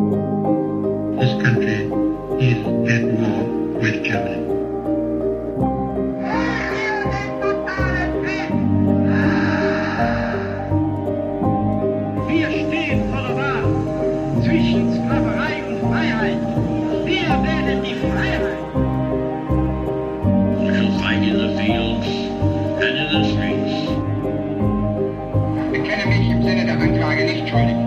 This country is at war with Germany. Wir stehen vor der Wahl zwischen Sklaverei und Freiheit. Wir wählen die Freiheit. We shall fight in the fields and in the streets. Ich bekenne mich im Sinne der Anklage nicht schuldig.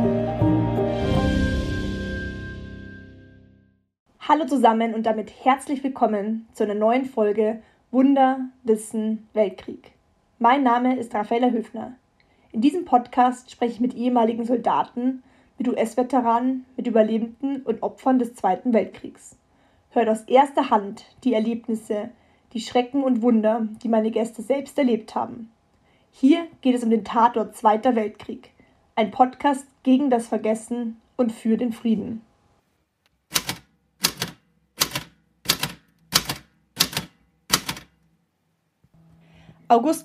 Hallo zusammen und damit herzlich willkommen zu einer neuen Folge Wunder, Wissen, Weltkrieg. Mein Name ist Raffaella Höfner. In diesem Podcast spreche ich mit ehemaligen Soldaten, mit US-Veteranen, mit Überlebenden und Opfern des Zweiten Weltkriegs. Hört aus erster Hand die Erlebnisse, die Schrecken und Wunder, die meine Gäste selbst erlebt haben. Hier geht es um den Tatort Zweiter Weltkrieg, ein Podcast gegen das Vergessen und für den Frieden. August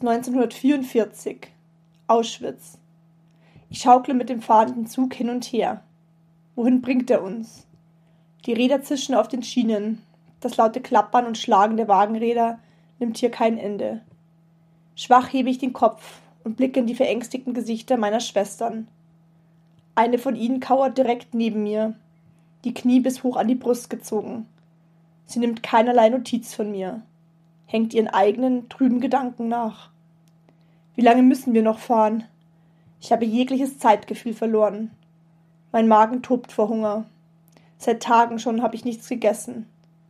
1944, Auschwitz. Ich schaukle mit dem fahrenden Zug hin und her. Wohin bringt er uns? Die Räder zischen auf den Schienen. Das laute Klappern und Schlagen der Wagenräder nimmt hier kein Ende. Schwach hebe ich den Kopf und blicke in die verängstigten Gesichter meiner Schwestern. Eine von ihnen kauert direkt neben mir, die Knie bis hoch an die Brust gezogen. Sie nimmt keinerlei Notiz von mir, hängt ihren eigenen, trüben Gedanken nach. Wie lange müssen wir noch fahren? Ich habe jegliches Zeitgefühl verloren. Mein Magen tobt vor Hunger. Seit Tagen schon habe ich nichts gegessen.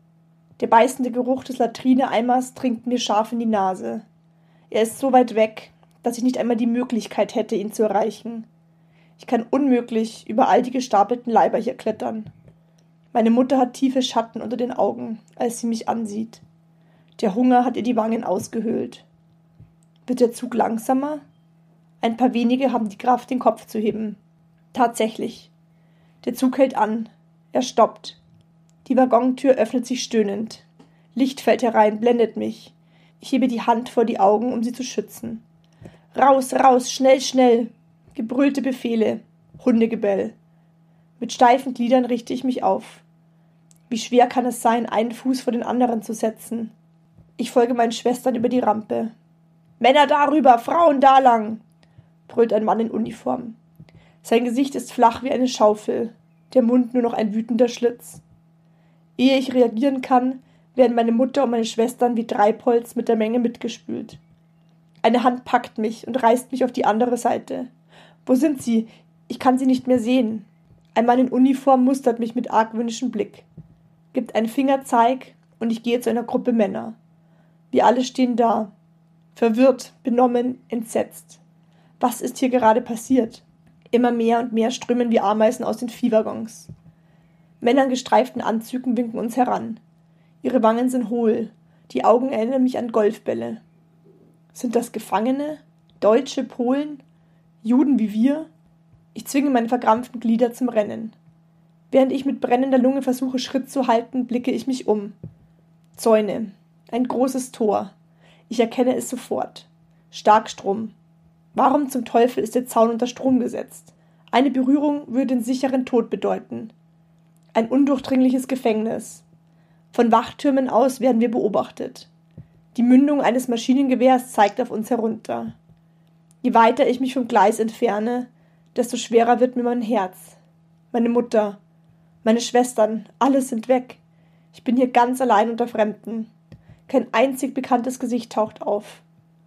Der beißende Geruch des Latrineeimers dringt mir scharf in die Nase. Er ist so weit weg, dass ich nicht einmal die Möglichkeit hätte, ihn zu erreichen. Ich kann unmöglich über all die gestapelten Leiber hier klettern. Meine Mutter hat tiefe Schatten unter den Augen, als sie mich ansieht. Der Hunger hat ihr die Wangen ausgehöhlt. Wird der Zug langsamer? Ein paar wenige haben die Kraft, den Kopf zu heben. Tatsächlich. Der Zug hält an. Er stoppt. Die Waggontür öffnet sich stöhnend. Licht fällt herein, blendet mich. Ich hebe die Hand vor die Augen, um sie zu schützen. Raus, raus, schnell, schnell! Gebrüllte Befehle. Hundegebell. Mit steifen Gliedern richte ich mich auf. Wie schwer kann es sein, einen Fuß vor den anderen zu setzen? Ich folge meinen Schwestern über die Rampe. »Männer darüber, Frauen da lang«, brüllt ein Mann in Uniform. Sein Gesicht ist flach wie eine Schaufel, der Mund nur noch ein wütender Schlitz. Ehe ich reagieren kann, werden meine Mutter und meine Schwestern wie Treibholz mit der Menge mitgespült. Eine Hand packt mich und reißt mich auf die andere Seite. »Wo sind Sie? Ich kann Sie nicht mehr sehen.« Ein Mann in Uniform mustert mich mit argwöhnischem Blick, gibt einen Fingerzeig und ich gehe zu einer Gruppe Männer. Wir alle stehen da, verwirrt, benommen, entsetzt. Was ist hier gerade passiert? Immer mehr und mehr strömen wie Ameisen aus den Viehwaggons. Männer in gestreiften Anzügen winken uns heran. Ihre Wangen sind hohl, die Augen erinnern mich an Golfbälle. Sind das Gefangene? Deutsche, Polen? Juden wie wir? Ich zwinge meine verkrampften Glieder zum Rennen. Während ich mit brennender Lunge versuche, Schritt zu halten, blicke ich mich um. Zäune. Ein großes Tor. Ich erkenne es sofort. Starkstrom. Warum zum Teufel ist der Zaun unter Strom gesetzt? Eine Berührung würde den sicheren Tod bedeuten. Ein undurchdringliches Gefängnis. Von Wachtürmen aus werden wir beobachtet. Die Mündung eines Maschinengewehrs zeigt auf uns herunter. Je weiter ich mich vom Gleis entferne, desto schwerer wird mir mein Herz. Meine Mutter, meine Schwestern, alles sind weg. Ich bin hier ganz allein unter Fremden. Kein einzig bekanntes Gesicht taucht auf.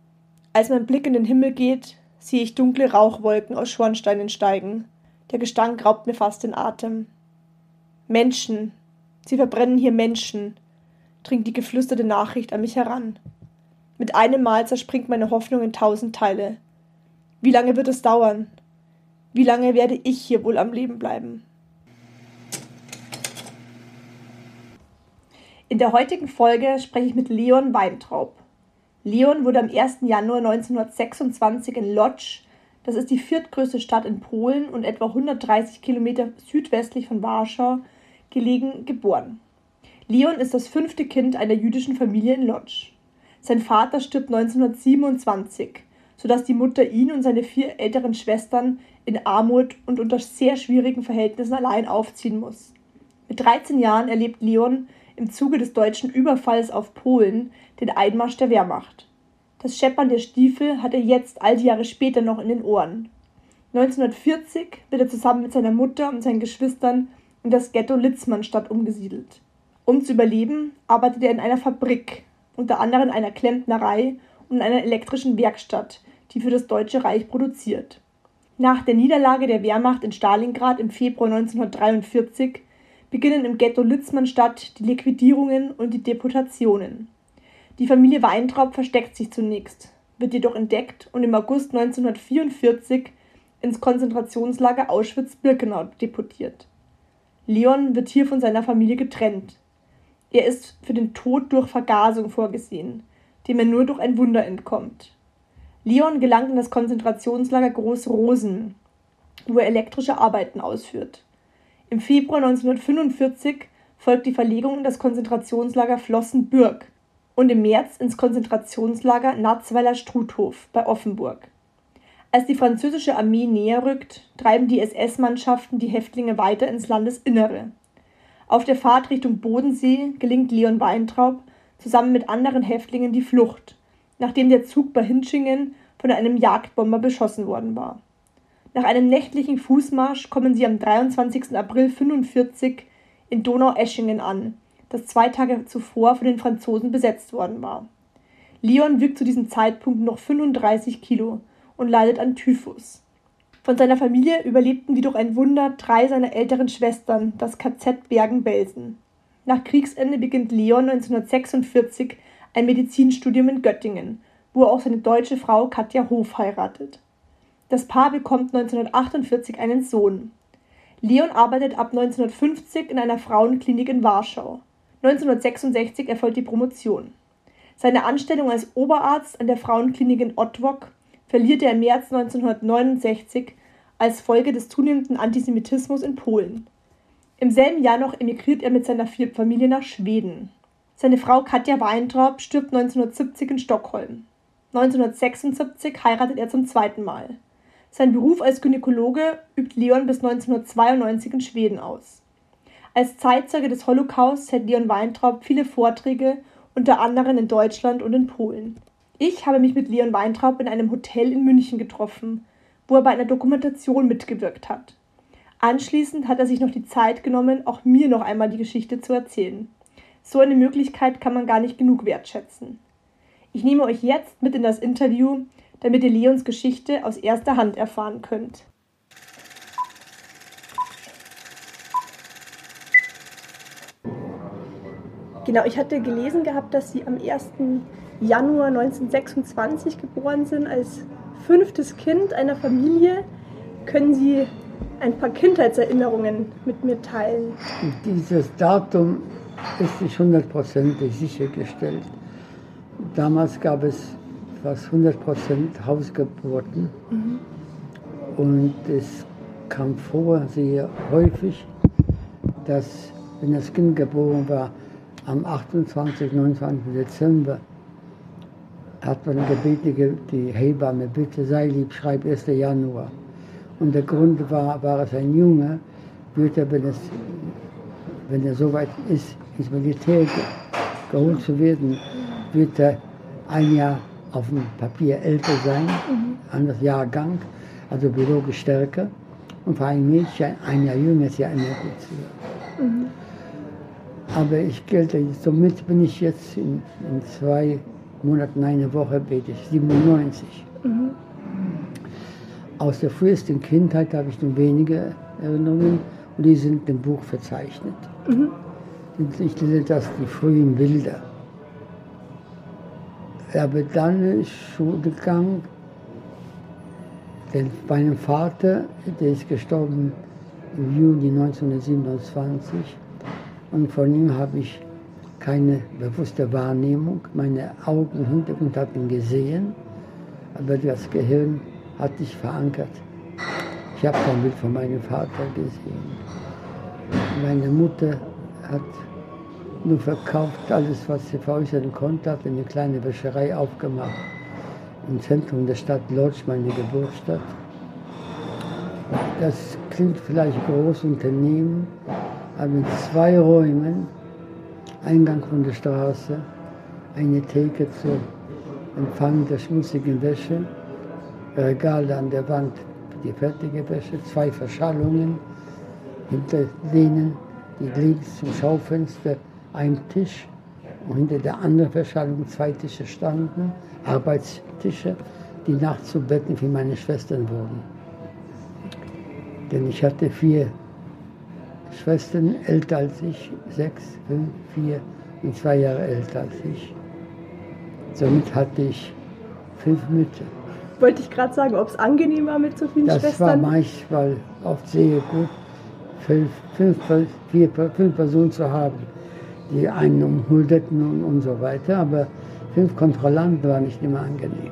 Als mein Blick in den Himmel geht, sehe ich dunkle Rauchwolken aus Schornsteinen steigen. Der Gestank raubt mir fast den Atem. Menschen, sie verbrennen hier Menschen, dringt die geflüsterte Nachricht an mich heran. Mit einem Mal zerspringt meine Hoffnung in 1000 Teile. Wie lange wird es dauern? Wie lange werde ich hier wohl am Leben bleiben? In der heutigen Folge spreche ich mit Leon Weintraub. Leon wurde am 1. Januar 1926 in Łódź, das ist die viertgrößte Stadt in Polen und etwa 130 Kilometer südwestlich von Warschau gelegen, geboren. Leon ist das 5. Kind einer jüdischen Familie in Łódź. Sein Vater stirbt 1927, sodass die Mutter ihn und seine 4 älteren Schwestern in Armut und unter sehr schwierigen Verhältnissen allein aufziehen muss. Mit 13 Jahren erlebt Leon im Zuge des deutschen Überfalls auf Polen den Einmarsch der Wehrmacht. Das Scheppern der Stiefel hat er jetzt all die Jahre später noch in den Ohren. 1940 wird er zusammen mit seiner Mutter und seinen Geschwistern in das Ghetto Litzmannstadt umgesiedelt. Um zu überleben, arbeitet er in einer Fabrik, unter anderem in einer Klempnerei und in einer elektrischen Werkstatt, die für das Deutsche Reich produziert. Nach der Niederlage der Wehrmacht in Stalingrad im Februar 1943 beginnen im Ghetto Litzmannstadt die Liquidierungen und die Deportationen. Die Familie Weintraub versteckt sich zunächst, wird jedoch entdeckt und im August 1944 ins Konzentrationslager Auschwitz-Birkenau deportiert. Leon wird hier von seiner Familie getrennt. Er ist für den Tod durch Vergasung vorgesehen, dem er nur durch ein Wunder entkommt. Leon gelangt in das Konzentrationslager Groß-Rosen, wo er elektrische Arbeiten ausführt. Im Februar 1945 folgt die Verlegung in das Konzentrationslager Flossenbürg und im März ins Konzentrationslager Natzweiler-Struthof bei Offenburg. Als die französische Armee näher rückt, treiben die SS-Mannschaften die Häftlinge weiter ins Landesinnere. Auf der Fahrt Richtung Bodensee gelingt Leon Weintraub zusammen mit anderen Häftlingen die Flucht, nachdem der Zug bei Hintschingen von einem Jagdbomber beschossen worden war. Nach einem nächtlichen Fußmarsch kommen sie am 23. April 1945 in Donaueschingen an, das 2 Tage zuvor von den Franzosen besetzt worden war. Leon wiegt zu diesem Zeitpunkt noch 35 Kilo und leidet an Typhus. Von seiner Familie überlebten wie durch ein Wunder 3 seiner älteren Schwestern das KZ Bergen-Belsen. Nach Kriegsende beginnt Leon 1946 ein Medizinstudium in Göttingen, wo er auch seine deutsche Frau Katja Hof heiratet. Das Paar bekommt 1948 einen Sohn. Leon arbeitet ab 1950 in einer Frauenklinik in Warschau. 1966 erfolgt die Promotion. Seine Anstellung als Oberarzt an der Frauenklinik in Otwock verliert er im März 1969 als Folge des zunehmenden Antisemitismus in Polen. Im selben Jahr noch emigriert er mit seiner Familie nach Schweden. Seine Frau Katja Weintraub stirbt 1970 in Stockholm. 1976 heiratet er zum 2. Mal. Sein Beruf als Gynäkologe übt Leon bis 1992 in Schweden aus. Als Zeitzeuge des Holocaust hält Leon Weintraub viele Vorträge, unter anderem in Deutschland und in Polen. Ich habe mich mit Leon Weintraub in einem Hotel in München getroffen, wo er bei einer Dokumentation mitgewirkt hat. Anschließend hat er sich noch die Zeit genommen, auch mir noch einmal die Geschichte zu erzählen. So eine Möglichkeit kann man gar nicht genug wertschätzen. Ich nehme euch jetzt mit in das Interview, damit ihr Leons Geschichte aus erster Hand erfahren könnt. Genau, ich hatte gelesen gehabt, dass Sie am 1. Januar 1926 geboren sind, als 5. Kind einer Familie. Können Sie ein paar Kindheitserinnerungen mit mir teilen? Dieses Datum ist nicht 100% sichergestellt. Damals gab es fast 100% Hausgeburten. Und es kam vor sehr häufig, dass, wenn das Kind geboren war, am 28. 29. Dezember, hat man gebeten, die Hebamme, bitte sei lieb, schreib 1. Januar. Und der Grund war es ein Junge, wird er, wenn er soweit ist, ins Militär geholt zu werden, wird er ein Jahr auf dem Papier älter sein, anderes Jahrgang, also biologisch stärker. Und für ein Mädchen ein Jahr jünger ist ja immer gut. Aber ich gelte, somit bin ich jetzt in 2 Monaten, eine Woche bete ich, 97. Aus der frühesten Kindheit habe ich nur wenige Erinnerungen und die sind im Buch verzeichnet. Ich lese das, die frühen Bilder. Aber dann ist Schule gegangen, denn meinem Vater, der ist gestorben im Juli 1927 und von ihm habe ich keine bewusste Wahrnehmung. Meine Augen im Hintergrund hatten gesehen, aber das Gehirn hat sich verankert. Ich habe kein Bild von meinem Vater gesehen. Meine Mutter hat nur verkauft, alles was sie veräußern konnte, hat eine kleine Wäscherei aufgemacht. Im Zentrum der Stadt Lodz, meine Geburtsstadt. Das klingt vielleicht Großunternehmen, aber mit 2 Räumen, Eingang von der Straße, eine Theke zur Empfang der schmutzigen Wäsche, Regale an der Wand für die fertige Wäsche, 2 Verschallungen, hinter denen die links zum Schaufenster ein Tisch und hinter der anderen Verschallung 2 Tische standen, Arbeitstische, die nachts zu Betten für meine Schwestern wurden. Denn ich hatte 4 Schwestern, älter als ich, 6, 5, 4 und 2 Jahre älter als ich. Somit hatte ich 5 Mütter. Wollte ich gerade sagen, ob es angenehm war mit so vielen Das Schwestern? war manchmal oft sehr gut, 5 Personen zu haben, die einen umhuldeten und so weiter, aber 5 Kontrollanten war nicht immer angenehm.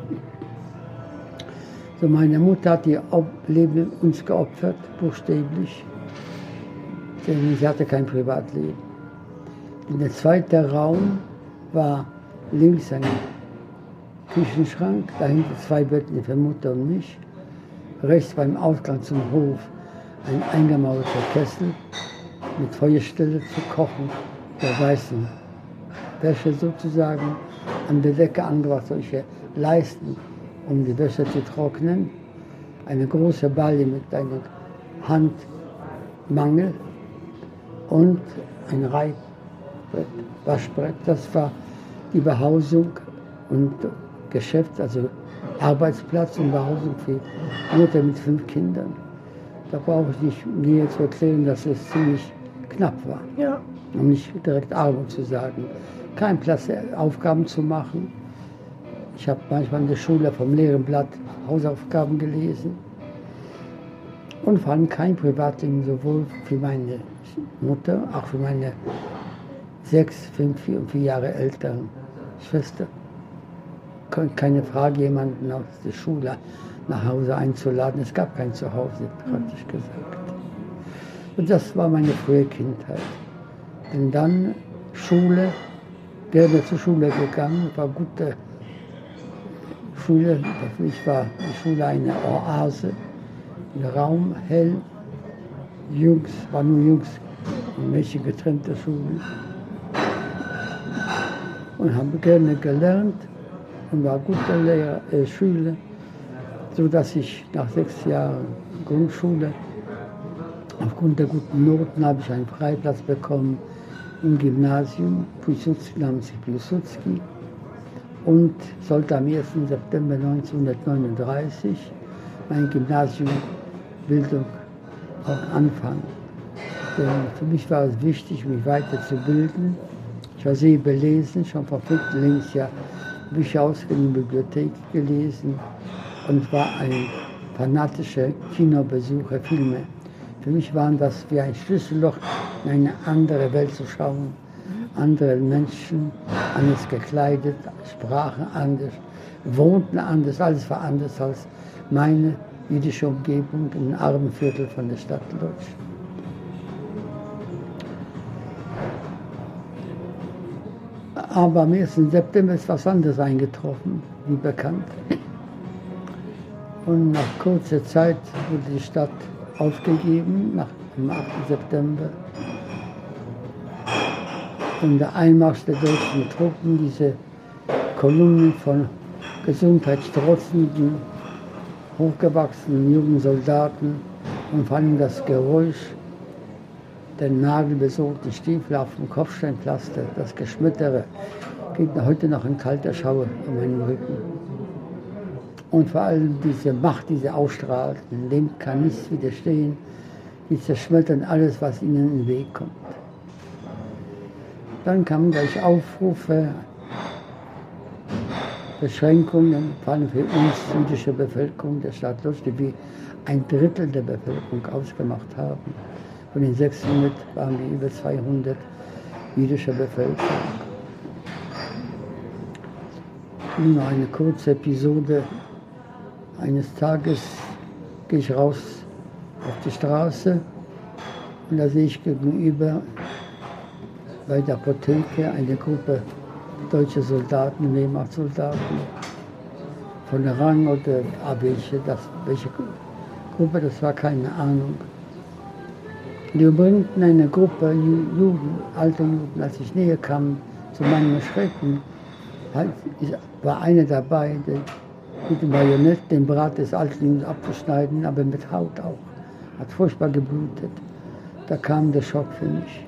So, meine Mutter hat ihr Leben uns geopfert, buchstäblich, denn sie hatte kein Privatleben. Und der zweite Raum war links ein Küchenschrank, dahinter 2 Betten für Mutter und mich, rechts beim Ausgang zum Hof ein eingemauerter Kessel mit Feuerstelle zu kochen, der weißen Wäsche sozusagen, an der Decke angebracht solche Leisten, um die Wäsche zu trocknen, eine große Balje mit einem Handmangel und ein Reibbrett, Waschbrett. Das war die Behausung und Geschäft, also Arbeitsplatz und Behausung für Mutter mit 5 Kindern. Da brauche ich nicht näher zu erzählen, dass es ziemlich knapp war. Ja. Um nicht direkt Armut zu sagen. Kein Platz, Aufgaben zu machen. Ich habe manchmal in der Schule vom leeren Blatt Hausaufgaben gelesen. Und vor allem kein Privatleben, sowohl für meine Mutter, auch für meine 6, 5, 4 und 4 Jahre älteren Schwester. Keine Frage, jemanden aus der Schule nach Hause einzuladen. Es gab kein Zuhause, praktisch gesagt. Und das war meine frühe Kindheit. Und dann Schule, gerne zur Schule gegangen, war gute Schule. Für mich war die Schule eine Oase, ein Raum, hell. Jungs, war nur Jungs und Mädchen getrennte Schulen. Und habe gerne gelernt und war guter Schüler, sodass ich nach 6 Jahren Grundschule, aufgrund der guten Noten, habe ich einen Freiplatz bekommen im Gymnasium, namens Piłsudski, und sollte am 1. September 1939 meine Gymnasiumbildung auch anfangen. Denn für mich war es wichtig, mich weiterzubilden. Ich war sehr belesen, schon von 5. Lebensjahr Bücher ausgeliehen, Bibliothek gelesen und war ein fanatischer Kinobesucher, Filme. Für mich waren das wie ein Schlüsselloch, in eine andere Welt zu schauen. Andere Menschen, anders gekleidet, sprachen anders, wohnten anders, alles war anders als meine jüdische Umgebung im armen Viertel von der Stadt Lodz. Aber am 1. September ist was anderes eingetroffen, wie bekannt. Und nach kurzer Zeit wurde die Stadt aufgegeben, am 8. September. Und der Einmarsch der deutschen Truppen, diese Kolumnen von gesundheitsstrotzenden, hochgewachsenen jungen Soldaten und vor allem das Geräusch der nagelbesohlten Stiefel auf dem Kopfsteinpflaster, das Geschmettere, geht mir heute noch ein kalter Schauer um meinen Rücken. Und vor allem diese Macht, die sie ausstrahlten, dem kann nichts widerstehen, die zerschmettern alles, was ihnen in den Weg kommt. Dann kamen gleich Aufrufe, Beschränkungen, vor allem für uns jüdische Bevölkerung der Stadt Lodz, die wir 1/3 der Bevölkerung ausgemacht haben. Von den 600 waren wir über 200 jüdische Bevölkerung. Nur eine kurze Episode. Eines Tages gehe ich raus auf die Straße und da sehe ich gegenüber bei der Apotheke eine Gruppe deutscher Soldaten, Wehrmachtssoldaten, von Rang oder welche Gruppe, das war keine Ahnung. Die überbringten eine Gruppe Juden, alte Juden. Als ich näher kam, zu meinem Schrecken, war einer dabei, der mit dem Bajonett den Brat des alten Judens abzuschneiden, aber mit Haut auch. Hat furchtbar geblutet. Da kam der Schock für mich.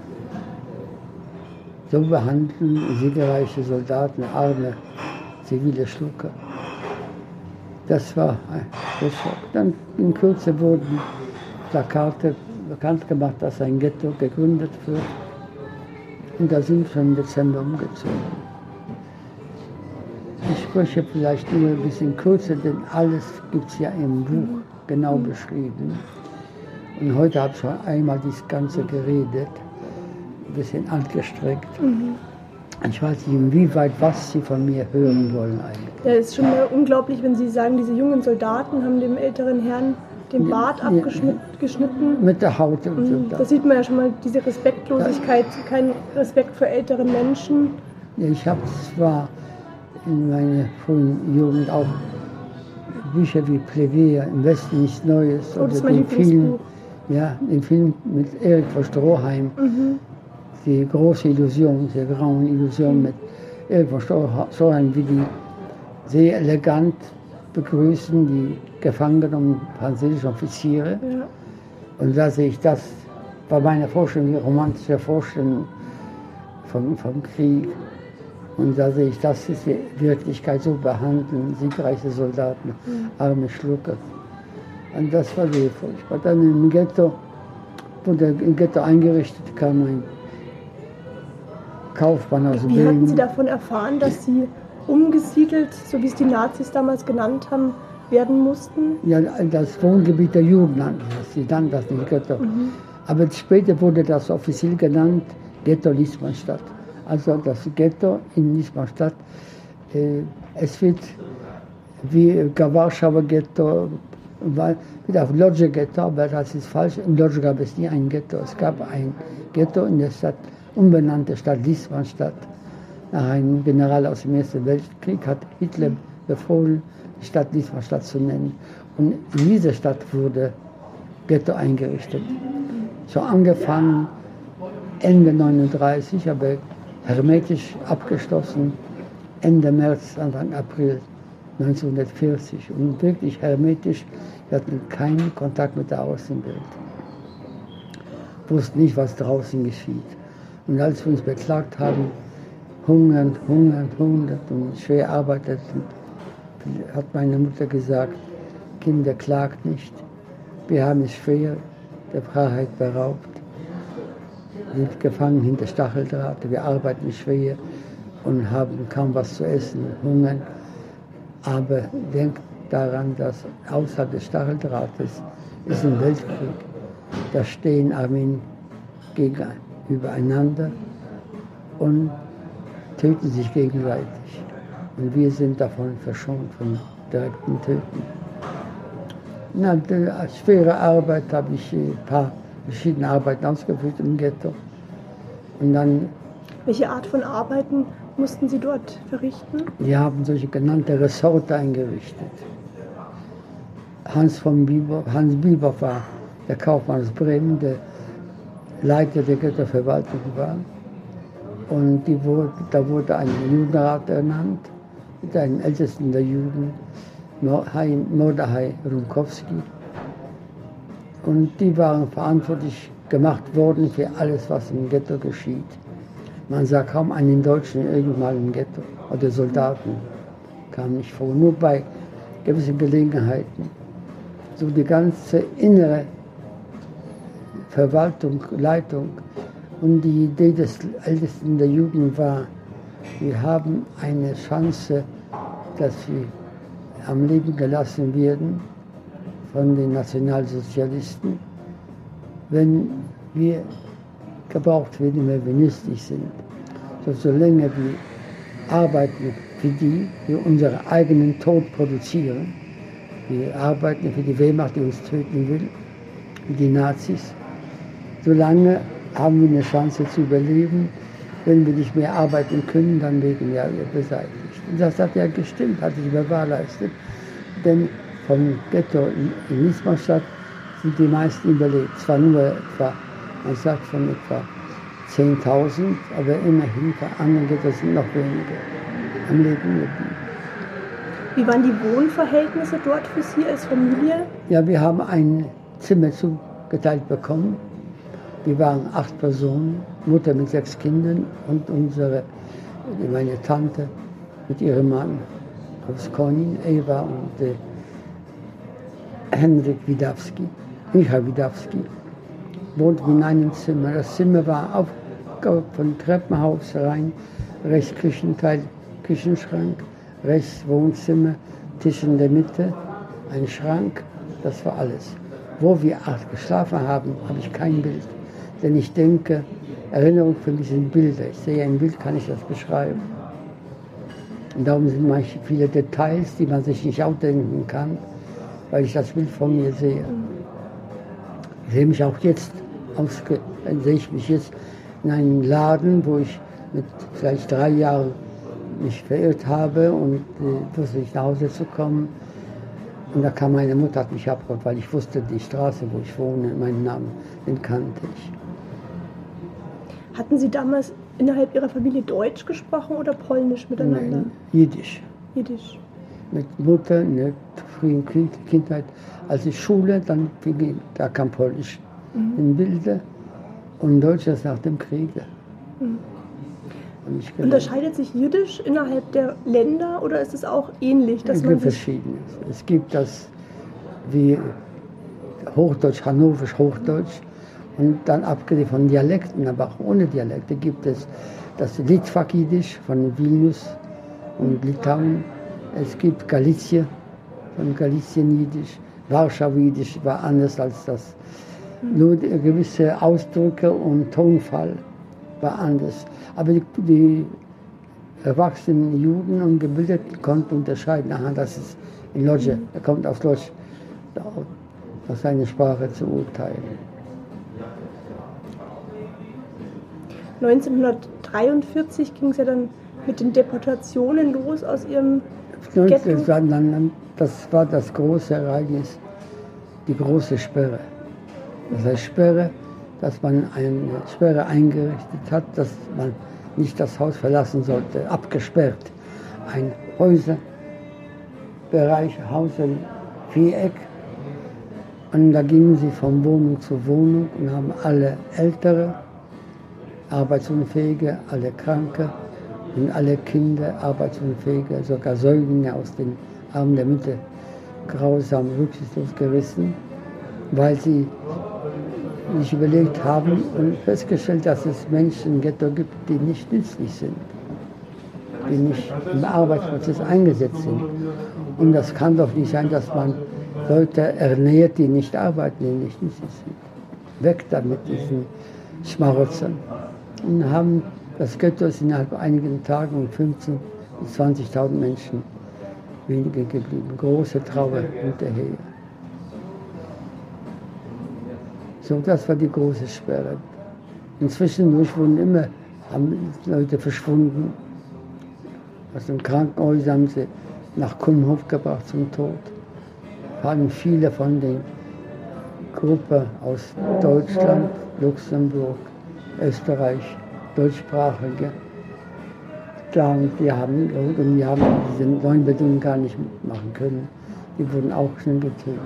So behandeln siegreiche Soldaten arme zivile Schlucker. Das war der Schock. Dann in Kürze wurden Plakate bekannt gemacht, dass ein Ghetto gegründet wird. Und da sind wir schon im Dezember umgezogen. Ich spreche vielleicht nur ein bisschen kürzer, denn alles gibt es ja im Buch genau beschrieben. Und heute habe ich schon einmal das Ganze geredet, ein bisschen angestreckt. Ich weiß nicht, inwieweit, was Sie von mir hören wollen eigentlich. Ja, es ist schon unglaublich, wenn Sie sagen, diese jungen Soldaten haben dem älteren Herrn den Bart abgeschnitten. Mit der Haut und so. Da sieht man ja schon mal diese Respektlosigkeit, kein Respekt vor älteren Menschen. Ja, ich habe zwar in meiner frühen Jugend auch Bücher wie Plevier, Im Westen nichts Neues, das ist oder mein Lieblingsbuch. den Film mit Erich von Stroheim, die große Illusion, die grauen Illusion mit Erich von Stroheim, wie die sehr elegant begrüßen die gefangen genommenen französischen Offiziere. Ja. Und da sehe ich das, bei meiner Vorstellung, die romantische Vorstellung vom Krieg. Und da sehe ich, das ist die Wirklichkeit, so behandeln siegreiche Soldaten, arme Schlucker. Und das war sehr furchtbar. Dann im Ghetto, wurde im Ghetto eingerichtet, kam ein Kaufmann aus Bremen. Wie hatten Sie davon erfahren, dass Sie umgesiedelt, so wie es die Nazis damals genannt haben, werden mussten? Ja, das Wohngebiet der Juden nannten das. Sie nannten das nicht Ghetto. Aber später wurde das offiziell genannt Ghetto Liesmannstadt. Also das Ghetto in Liesmannstadt. Es wird wie Warschauer Ghetto, wieder auf Lodge Ghetto, aber das ist falsch. In Lodge gab es nie ein Ghetto. Es gab ein Ghetto in der Stadt, umbenannte Stadt Liesmannstadt. Nach einem General aus dem Ersten Weltkrieg hat Hitler befohlen, die Stadt Liesmannstadt zu nennen. Und in dieser Stadt wurde Ghetto eingerichtet. So angefangen Ende 1939, aber hermetisch abgeschlossen Ende März, Anfang April 1940. Und wirklich hermetisch, wir hatten keinen Kontakt mit der Außenwelt. Wussten nicht, was draußen geschieht. Und als wir uns beklagt haben, hungernd und schwer arbeiteten, hat meine Mutter gesagt, Kinder, klagt nicht. Wir haben es schwer, der Freiheit beraubt, sind gefangen hinter Stacheldraht, wir arbeiten schwer und haben kaum was zu essen, hungern. Aber denkt daran, dass außerhalb des Stacheldrahtes ist ein Weltkrieg. Da stehen Armeen übereinander und töten sich gegenseitig. Und wir sind davon verschont, von direkten Töten. Als schwere Arbeit habe ich ein paar verschiedene Arbeiten ausgeführt im Ghetto. Und dann, welche Art von Arbeiten mussten Sie dort verrichten? Wir haben solche genannte Ressorte eingerichtet. Hans Bieber war der Kaufmann aus Bremen, der Leiter der Ghettoverwaltung war. Und da wurde ein Judenrat ernannt, mit einem Ältesten der Juden, Mordechai Rumkowski. Und die waren verantwortlich gemacht worden für alles, was im Ghetto geschieht. Man sah kaum einen Deutschen irgendwann im Ghetto, oder Soldaten, kam nicht vor, nur bei gewissen Gelegenheiten. So die ganze innere Verwaltung, Leitung und die Idee des Ältesten der Juden war, wir haben eine Chance, dass wir am Leben gelassen werden von den Nationalsozialisten, wenn wir gebraucht werden, wenn wir nützlich sind. Solange wir arbeiten für die, wir unseren eigenen Tod produzieren, wir arbeiten für die Wehrmacht, die uns töten will, für die Nazis, solange haben wir eine Chance zu überleben. Wenn wir nicht mehr arbeiten können, dann werden wir beseitigt. Und das hat ja gestimmt, hat sich überwahrleistet. Denn vom Ghetto in Liesmarstadt sind die meisten überlebt. Zwar nur etwa, man sagt von etwa 10.000, aber immerhin bei anderen Ghettos sind noch weniger am Leben geblieben. Wie waren die Wohnverhältnisse dort für Sie als Familie? Ja, wir haben ein Zimmer zugeteilt bekommen. Wir waren 8 Personen, Mutter mit 6 Kindern und meine Tante mit ihrem Mann aus Konin, Eva und Henrik Widawski, Michael Widawski, wohnten in einem Zimmer. Das Zimmer war aufgebaut von Treppenhaus rein, rechts Küchenteil, Küchenschrank, rechts Wohnzimmer, Tisch in der Mitte, ein Schrank, das war alles. Wo wir 8 geschlafen haben, habe ich kein Bild. Denn ich denke, Erinnerung für mich sind Bilder. Ich sehe ein Bild, kann ich das beschreiben. Und darum sind manche viele Details, die man sich nicht ausdenken kann, weil ich das Bild von mir sehe. Ich sehe mich auch jetzt, sehe ich mich jetzt in einem Laden, wo ich mit vielleicht 3 Jahren mich verirrt habe und wusste nicht nach Hause zu kommen. Und da kam meine Mutter, hat mich abgeholt, weil ich wusste, die Straße, wo ich wohne, meinen Namen, den kannte ich. Hatten Sie damals innerhalb Ihrer Familie Deutsch gesprochen oder Polnisch miteinander? Nein, Jiddisch. Jiddisch. Mit Mutter in der frühen Kindheit. Als ich Schule, dann da kam Polnisch in Bilder und Deutsch erst nach dem Krieg. Unterscheidet sich Jiddisch innerhalb der Länder oder ist es auch ähnlich? Es gibt Verschiedenes. Es gibt das wie Hochdeutsch, Hannoverisch Hochdeutsch und dann abgesehen von Dialekten, aber auch ohne Dialekte gibt es das Litvak-Jiddisch von Vilnius und Litauen. Es gibt Galizie von Galizien-Jiddisch. Warschau-Jiddisch war anders als das. Nur gewisse Ausdrücke und Tonfall war anders. Aber die erwachsenen Juden und Gebildeten konnten unterscheiden. Aha, das ist in Lodge, er kommt aus Lodge, aus seiner Sprache zu urteilen. 1943 ging es ja dann mit den Deportationen los aus Ihrem Ghetto. Das war das große Ereignis, die große Sperre. Das heißt Sperre, dass man eine Sperre eingerichtet hat, dass man nicht das Haus verlassen sollte, abgesperrt. Ein Häuserbereich, Viereck. Und da gingen sie von Wohnung zu Wohnung und haben alle Ältere, Arbeitsunfähige, alle Kranke und alle Kinder, Arbeitsunfähige, sogar Säuglinge aus den Armen der Mitte grausam rücksichtslos gerissen, weil sie sich überlegt haben und festgestellt, dass es Menschen im Ghetto gibt, die nicht nützlich sind, die nicht im Arbeitsprozess eingesetzt sind. Und das kann doch nicht sein, dass man Leute ernährt, die nicht arbeiten, die nicht nützlich sind. Weg damit diesen Schmarotzern. Und haben das Ghetto ist innerhalb einigen Tagen um 15.000 bis 20.000 Menschen weniger geblieben. Große Trauer hinterher. So, das war die große Sperre. Inzwischen haben Leute verschwunden. Aus den Krankenhäusern haben sie nach Kulmhof gebracht zum Tod. Vor allem viele von den Gruppen aus Deutschland, Luxemburg, Österreich, deutschsprachige. Die haben diese neuen Bedingungen gar nicht mitmachen können. Die wurden auch schnell getötet.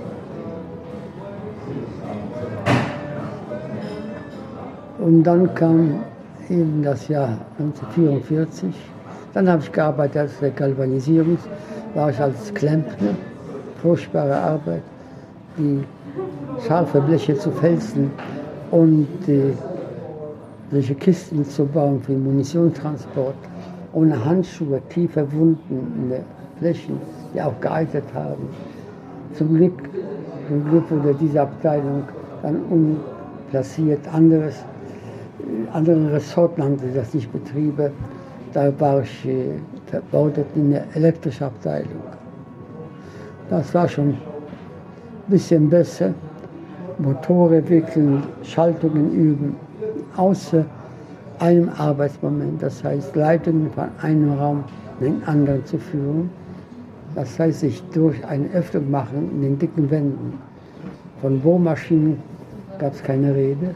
Und dann kam eben das Jahr 1944. Dann habe ich gearbeitet als der Galvanisierung, war ich als Klempner, furchtbare Arbeit, die scharfe Bleche zu felsen und solche Kisten zu bauen für den Munitionstransport, ohne Handschuhe, tiefe Wunden in den Flächen, die auch geeitert haben. Zum Glück wurde diese Abteilung dann umplaciert, andere Ressorten haben sie das nicht Betriebe. Da war ich verbaut in der elektrischen Abteilung. Das war schon ein bisschen besser. Motoren wickeln, Schaltungen üben, außer einem Arbeitsmoment. Das heißt, Leitungen von einem Raum in den anderen zu führen. Das heißt, sich durch eine Öffnung machen in den dicken Wänden. Von Bohrmaschinen gab es keine Rede.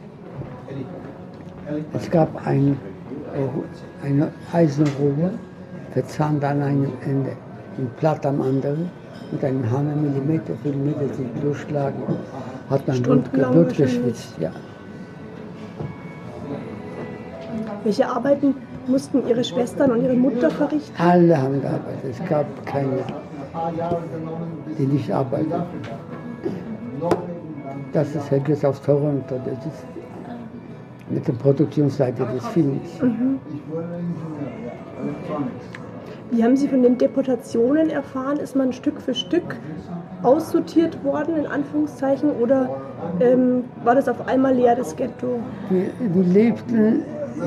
Es gab eine Eisenrohre, verzahnt an einem Ende, ein Blatt am anderen, mit einem Hammer Millimeter für Millimeter sich durchschlagen, hat man Blut geschwitzt. Ja. Welche Arbeiten mussten Ihre Schwestern und Ihre Mutter verrichten? Alle haben gearbeitet. Es gab keine, die nicht arbeiteten. Das ist Herr Götz aus Toronto, das ist mit der Produktionsleiter des Films. Wie haben Sie von den Deportationen erfahren? Ist man Stück für Stück aussortiert worden, in Anführungszeichen, oder war das auf einmal leer, das Ghetto? Wir lebten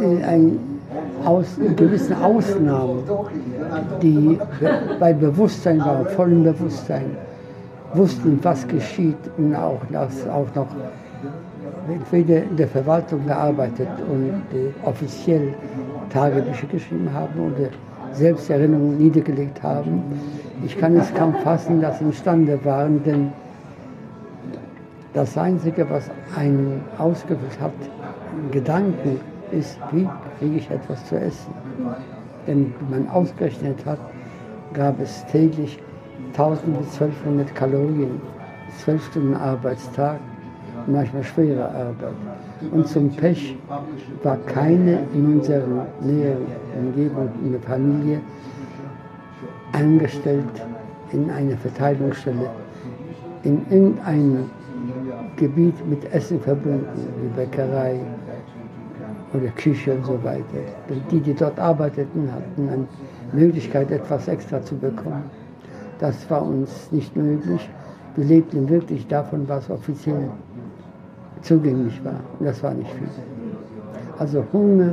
in gewissen Ausnahmen, die bei Bewusstsein waren, vollem Bewusstsein, wussten, was geschieht und auch noch entweder in der Verwaltung gearbeitet und offiziell Tagebücher geschrieben haben oder Selbsterinnerungen niedergelegt haben. Ich kann es kaum fassen, dass sie imstande waren, denn das Einzige, was einen ausgefüllt hat, Gedanken, ist, wie kriege ich etwas zu essen. Denn wie man ausgerechnet hat, gab es täglich 1000 bis 1200 Kalorien, 12 Stunden Arbeitstag, manchmal schwere Arbeit. Und zum Pech war keine in unserer näheren Umgebung, in der Familie, angestellt in einer Verteilungsstelle, in irgendeinem Gebiet mit Essen verbunden, wie Bäckerei oder Küche und so weiter. Denn die dort arbeiteten, hatten eine Möglichkeit, etwas extra zu bekommen. Das war uns nicht möglich. Wir lebten wirklich davon, was offiziell zugänglich war. Und das war nicht viel. Also Hunger.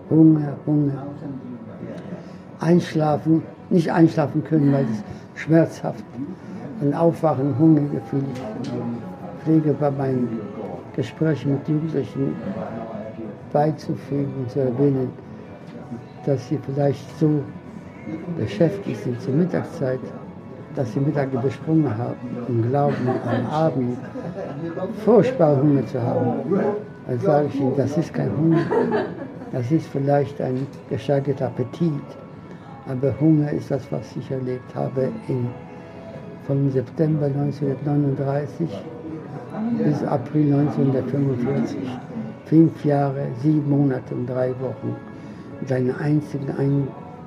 Einschlafen, nicht einschlafen können, weil es schmerzhaft. Ein Aufwachen, Hungergefühl. Ich pflege bei meinen Gesprächen mit Jugendlichen beizufügen und zu erwähnen, dass sie vielleicht so beschäftigt sind zur Mittagszeit, dass sie Mittag übersprungen haben und glauben, am Abend furchtbar Hunger zu haben. Dann sage ich ihnen, das ist kein Hunger, das ist vielleicht ein gesteigerter Appetit. Aber Hunger ist das, was ich erlebt habe vom September 1939 bis April 1945. 5 Jahre, 7 Monate und 3 Wochen. Mit einer einzigen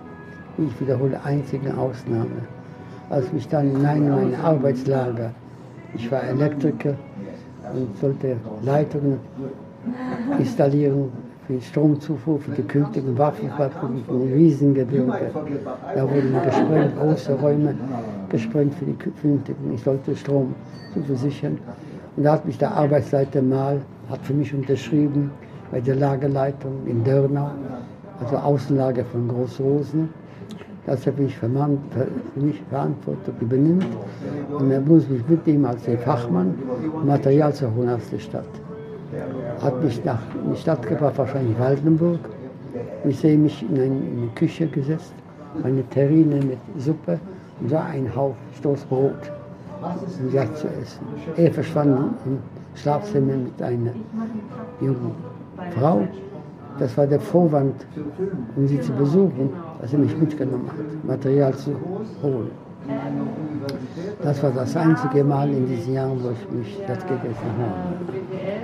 Ausnahme. Als mich dann in einem Arbeitslager, ich war Elektriker und sollte Leitungen installieren für die Stromzufuhr, für die künftigen Waffenfabriken, für die Riesengebirge. Da wurden gesprengt, große Räume gesprengt für die künftigen. Ich sollte Strom zu versichern. Und da hat mich der Arbeitsleiter hat für mich unterschrieben bei der Lagerleitung in Dörnau, also Außenlager von Großrosen, dass er mich für mich Verantwortung übernimmt. Und er muss mich mitnehmen als der Fachmann, Material zu holen aus der Stadt. Hat mich nach in die Stadt gebracht, wahrscheinlich Waldenburg. Ich sehe mich in eine Küche gesetzt, eine Terrine mit Suppe und so ein Haufen Stoß Brot, um das zu essen. Er verschwand im Schlafzimmer mit einer jungen Frau. Das war der Vorwand, um sie zu besuchen, dass er mich mitgenommen hat, Material zu holen. Das war das einzige Mal in diesen Jahren, wo ich mich satt gegessen habe.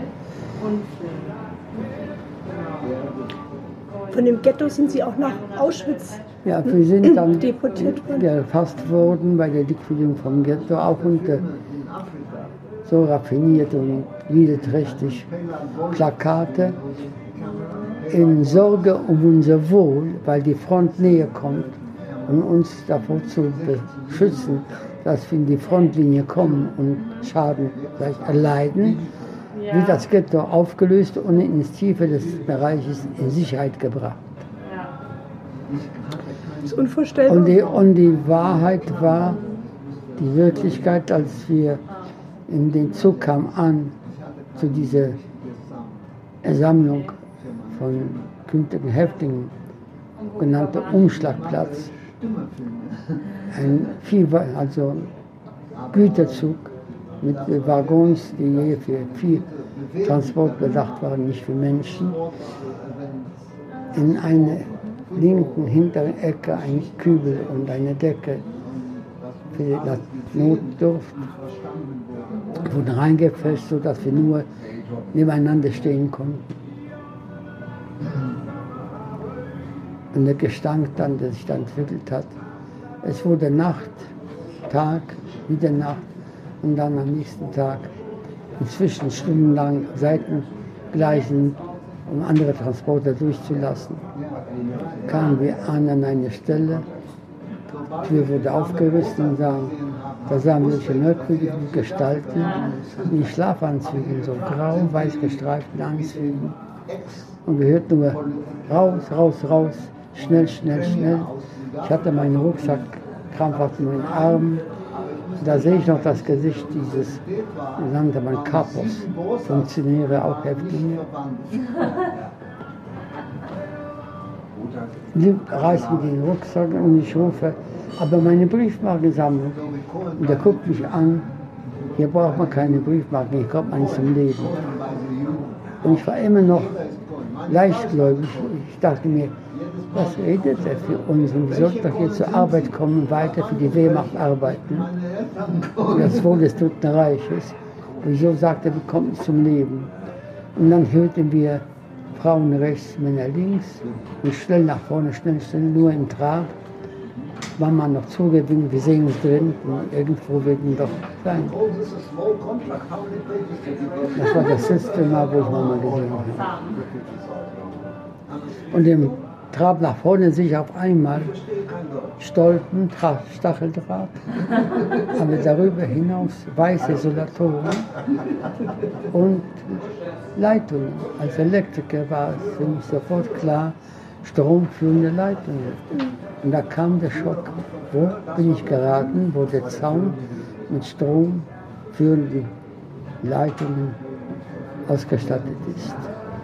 Von dem Ghetto sind Sie auch nach Auschwitz Ja, wir sind dann deportiert worden? gefasst worden bei der Liquidierung vom Ghetto, auch unter so raffiniert und niederträchtig Plakate in Sorge um unser Wohl, weil die Front näher kommt und uns davor zu beschützen, dass wir in die Frontlinie kommen und Schaden vielleicht erleiden, wird das Ghetto aufgelöst und ins Tiefe des Bereiches in Sicherheit gebracht. Das ist unvorstellbar. Und die Wahrheit war, die Wirklichkeit, als wir in den Zug kamen an zu dieser Sammlung von künftigen Häftlingen, genannter Umschlagplatz, ein Güterzug mit Waggons, die hier für Viehtransport bedacht waren, nicht für Menschen. In einer linken hinteren Ecke ein Kübel und eine Decke für die Notdurft wurden reingefasst, sodass wir nur nebeneinander stehen konnten. Und der Gestank dann, der sich dann entwickelt hat, es wurde Nacht, Tag, wieder Nacht und dann am nächsten Tag inzwischen stundenlang Seitengleisen, um andere Transporter durchzulassen. Kamen wir an eine Stelle, die Tür wurde aufgerissen und da sahen wir solche merkwürdige Gestalten in Schlafanzügen, so grau-weiß gestreiften Anzügen. Und wir hörten nur raus, raus, raus, schnell, schnell, schnell. Ich hatte meinen Rucksack krampfhaft in meinen Armen. Da sehe ich noch das Gesicht dieses, nannte man Kapos, Funktionäre, auch Häftlinge. Die reißt mir den Rucksack und ich rufe, aber meine Briefmarkensammlung. Und der guckt mich an, hier braucht man keine Briefmarken, hier kommt man nicht zum Leben. Und ich war immer noch leichtgläubig. Ich dachte mir, was redet er für uns? Und wir sollten doch jetzt zur Arbeit kommen und weiter für die Wehrmacht arbeiten. Das Wohl des Dritten Reiches. Wieso sagt er, wir kommen zum Leben? Und dann hörten wir Frauen rechts, Männer links und schnell nach vorne, schnell, nur im Trab. Mama noch zugewinkt, wir sehen uns drin und irgendwo werden doch sein. Das war das letzte Mal, wo ich Mama gesehen habe. Und im Trab nach vorne sehe ich auf einmal Stolpen, Stacheldraht, aber darüber hinaus weiße Isolatoren und Leitungen. Als Elektriker war es für mich sofort klar, stromführende Leitungen. Und da kam der Schock. Wo bin ich geraten, wo der Zaun mit stromführenden Leitungen ausgestattet ist?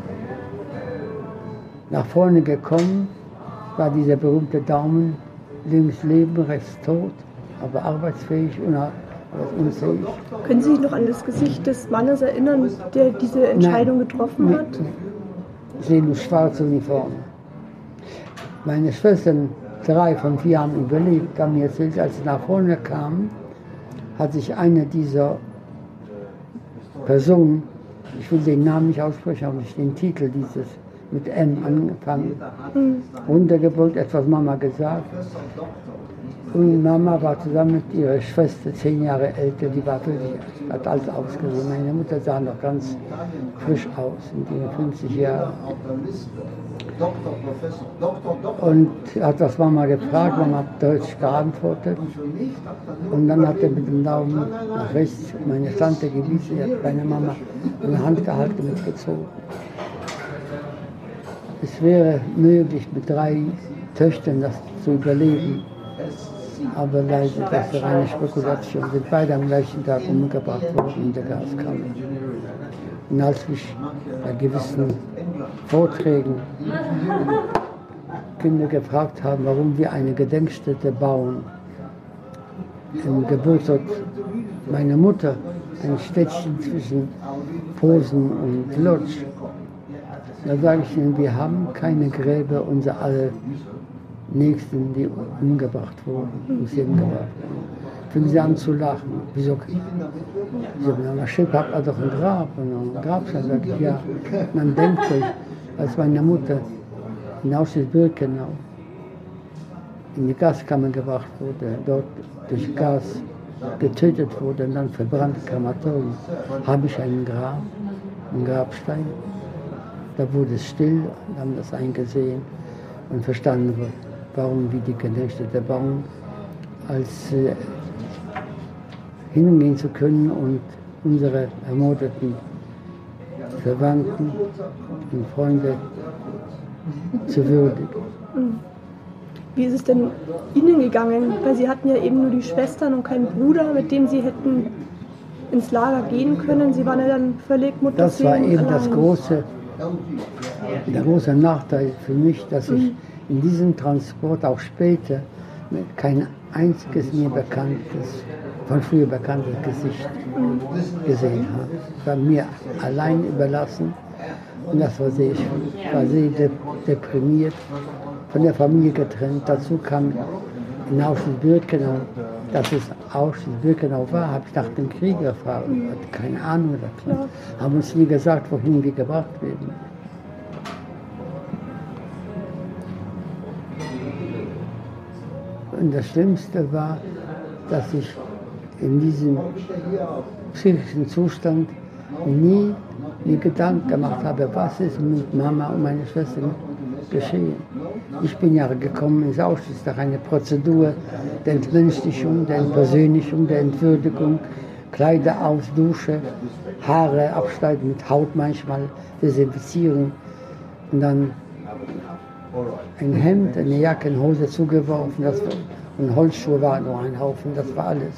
Nach vorne gekommen war dieser berühmte Daumen, links Leben, rechts tot, aber arbeitsfähig und unfähig. Können Sie sich noch an das Gesicht des Mannes erinnern, der diese Entscheidung getroffen hat? Ich sehe nur schwarze Uniformen. Meine Schwestern, 3 von 4 haben überlebt, haben mir erzählt, als sie nach vorne kamen, hat sich eine dieser Personen, ich will den Namen nicht aussprechen, aber nicht den Titel dieses mit M angefangen, runtergebeugt, etwas Mama gesagt. Und Mama war zusammen mit ihrer Schwester, 10 Jahre älter, die war wirklich, hat alt ausgesehen. Meine Mutter sah noch ganz frisch aus, in ihren 50 Jahren. Und hat das Mama gefragt, Mama hat Deutsch geantwortet. Und dann hat er mit dem Daumen nach rechts meine Tante gewiesen, hat meine Mama in der Hand gehalten, mitgezogen. Es wäre möglich, mit 3 Töchtern das zu überleben. Aber leider, das ist reine Spekulation. Wir sind beide am gleichen Tag umgebracht worden in der Gaskammer. Und als mich bei gewissen Vorträgen Kinder gefragt haben, warum wir eine Gedenkstätte bauen, im Geburtsort meiner Mutter, ein Städtchen zwischen Posen und Lodz, da sage ich ihnen, wir haben keine Gräber unserer aller Nächsten, die umgebracht wurden, umgebracht wurden. Fingen sie an zu lachen. Wieso? Sie sagen, Schiff habt ihr doch ein Grab. Und ein Grabstein, sage ich, ja. Man denkt euch, als meine Mutter in Auschwitz-Birkenau in die Gaskammer gebracht wurde, dort durch Gas getötet wurde und dann verbrannt, Krematorium, habe ich einen Grab, einen Grabstein. Da wurde es still, wir haben das eingesehen und verstanden, warum wir die Gedenkstätte bauen, als hingehen zu können und unsere ermordeten Verwandten und Freunde zu würdigen. Wie ist es denn Ihnen gegangen? Weil Sie hatten ja eben nur die Schwestern und keinen Bruder, mit dem Sie hätten ins Lager gehen können. Sie waren ja dann völlig mutterseelenlos. Das war eben der große Nachteil für mich, dass ich in diesem Transport auch später kein einziges mir bekanntes, von früher bekanntes Gesicht gesehen habe. Ich war mir allein überlassen und das war sehr schön. Ich war sehr deprimiert, von der Familie getrennt. Dazu kam in Auschwitz-Birkenau, dass es Auschwitz-Birkenau war, habe ich nach dem Krieg erfahren. Ich hatte keine Ahnung davon. Haben uns nie gesagt, wohin wir gebracht werden. Und das Schlimmste war, dass ich in diesem psychischen Zustand nie mir Gedanken gemacht habe, was ist mit Mama und meiner Schwester geschehen. Ich bin ja gekommen ins Auschwitz nach einer Prozedur der Entmenschlichung, der Entpersönlichung, der Entwürdigung, Kleider aus, Dusche, Haare abschneiden mit Haut manchmal, Desinfizieren und dann ein Hemd, eine Jacke, eine Hose zugeworfen und Holzschuhe waren nur ein Haufen, das war alles.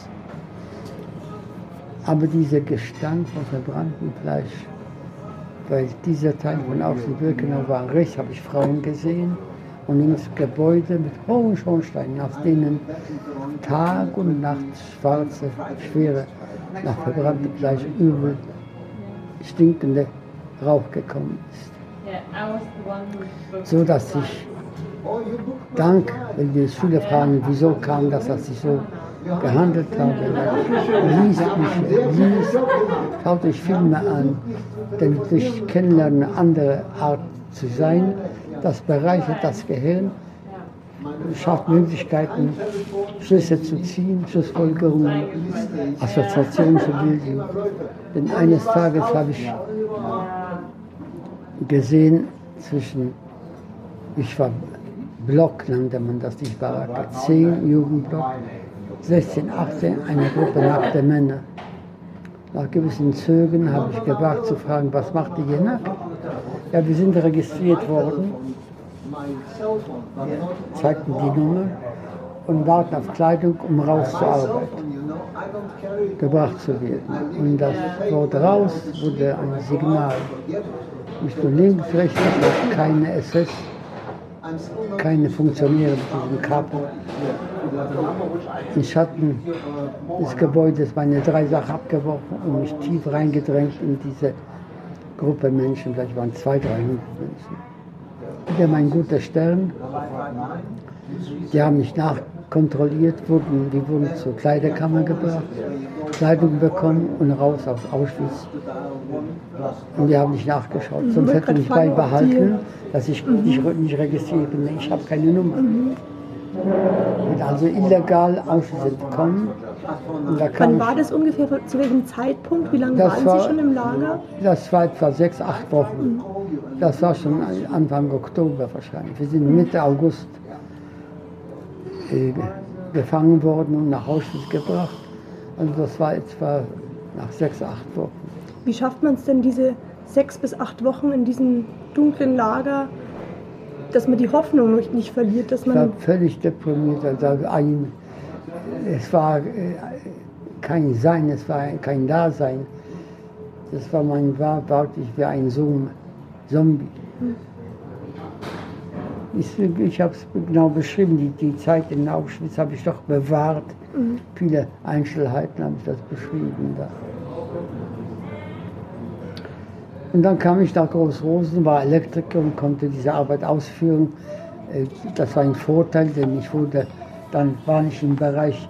Aber dieser Gestank von verbranntem Fleisch, weil dieser Teil von Auschwitz-Birkenau war rechts, habe ich Frauen gesehen und links Gebäude mit hohen Schornsteinen, aus denen Tag und Nacht schwarze, schwere, nach verbranntem Fleisch übel stinkende Rauch gekommen ist. So dass ich wenn die Schüler fragen, wieso kam das, dass ich so gehandelt habe, schaut euch Filme an, denn durch Kennenlernen eine andere Art zu sein, das bereichert das Gehirn, schafft Möglichkeiten, Schlüsse zu ziehen, Schlussfolgerungen, Assoziationen zu bilden. Denn eines Tages habe ich gesehen, ich war Block, nannte man das, nicht Baracke, 10 Jugendblock, 16, 18, eine Gruppe nackte Männer. Nach gewissen Zögern habe ich gewagt zu fragen, was macht ihr hier nackt? Ja, wir sind registriert worden, zeigten die Nummer und warten auf Kleidung, um raus zur Arbeit gebracht zu werden. Und das Wort raus wurde ein Signal. Nicht nur links, rechts, keine SS, keine Funktionäre mit diesem Kapo. Im Schatten des Gebäudes meine 3 Sachen abgeworfen und mich tief reingedrängt in diese Gruppe Menschen. Vielleicht waren 200, 300 Menschen. Wieder mein guter Stern. Die haben mich nachkontrolliert, die wurden zur Kleiderkammer gebracht, Kleidung bekommen und raus aus Auschwitz. Und die haben nicht nachgeschaut. Sonst hätte ich mich beibehalten, dass ich nicht registriert bin. Ich habe keine Nummer. Und also illegal Auschwitz entkommen. Wann war das ungefähr, zu welchem Zeitpunkt? Wie lange waren Sie schon im Lager? Das war etwa 6, 8 Wochen. Das war schon Anfang Oktober wahrscheinlich. Wir sind Mitte August gefangen worden und nach Auschwitz gebracht. Also das war etwa nach 6, 8 Wochen. Wie schafft man es denn, diese 6 bis 8 Wochen in diesem dunklen Lager, dass man die Hoffnung nicht verliert? Dass man ich war völlig deprimiert. Also es war kein Sein, es war kein Dasein. Man war wirklich wie ein Zombie. Ich habe es genau beschrieben, die Zeit in Auschwitz habe ich doch bewahrt. Viele Einzelheiten habe ich das beschrieben da. Und dann kam ich nach Großrosen, war Elektriker und konnte diese Arbeit ausführen. Das war ein Vorteil, denn dann war ich im Bereich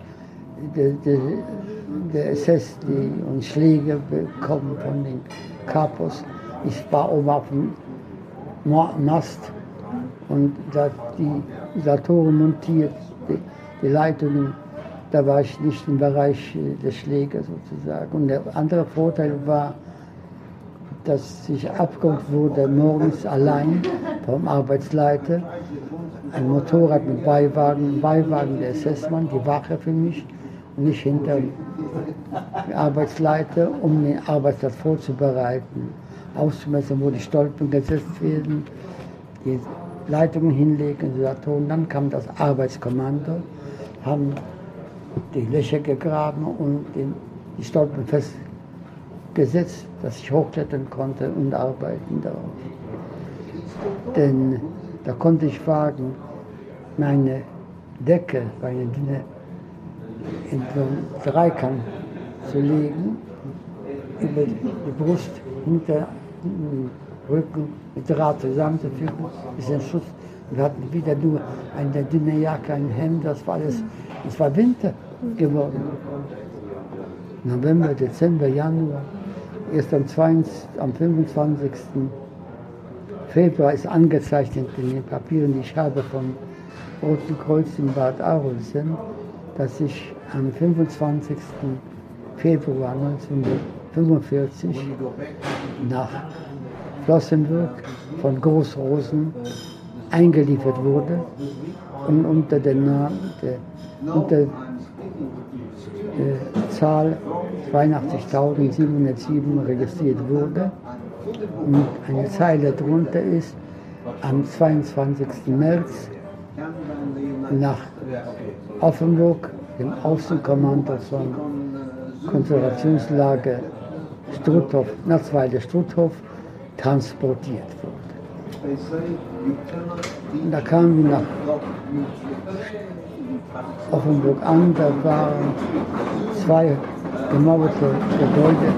der SS und Schläge bekommen von den Kapos. Ich war oben auf dem Mast und da die Isolatoren montiert, die Leitungen. Da war ich nicht im Bereich der Schläge sozusagen. Und der andere Vorteil war, dass ich abgeholt wurde morgens allein vom Arbeitsleiter. Ein Motorrad mit Beiwagen der SS-Mann, die Wache für mich und ich hinter dem Arbeitsleiter, um den Arbeitsplatz vorzubereiten, auszumessen, wo die Stolpen gesetzt werden, die Leitungen hinlegen, und dann kam das Arbeitskommando, haben die Löcher gegraben und die Stolpen festgesetzt, dass ich hochklettern konnte und arbeiten darauf. Denn da konnte ich wagen, meine Decke, eine dünne, in so einen Dreikant zu legen, über die Brust, hinter den Rücken mit Draht zusammenzufügen, ist ein Schutz. Wir hatten wieder nur eine dünne Jacke, ein Hemd, das war alles, es war Winter geworden. November, Dezember, Januar, erst am 25. Februar ist angezeichnet in den Papieren, die ich habe vom Roten Kreuz in Bad Arolsen, dass ich am 25. Februar 1945 nach Flossenbürg von Großrosen eingeliefert wurde und unter der Zahl 82.707 registriert wurde. Und eine Zeile drunter ist, am 22. März nach Offenburg, dem Außenkommando von Konzentrationslager Struthof, Natzweiler-Struthof, transportiert wurde. Und da kamen wir nach Offenburg an, da waren 2 gemauerte Gebäude.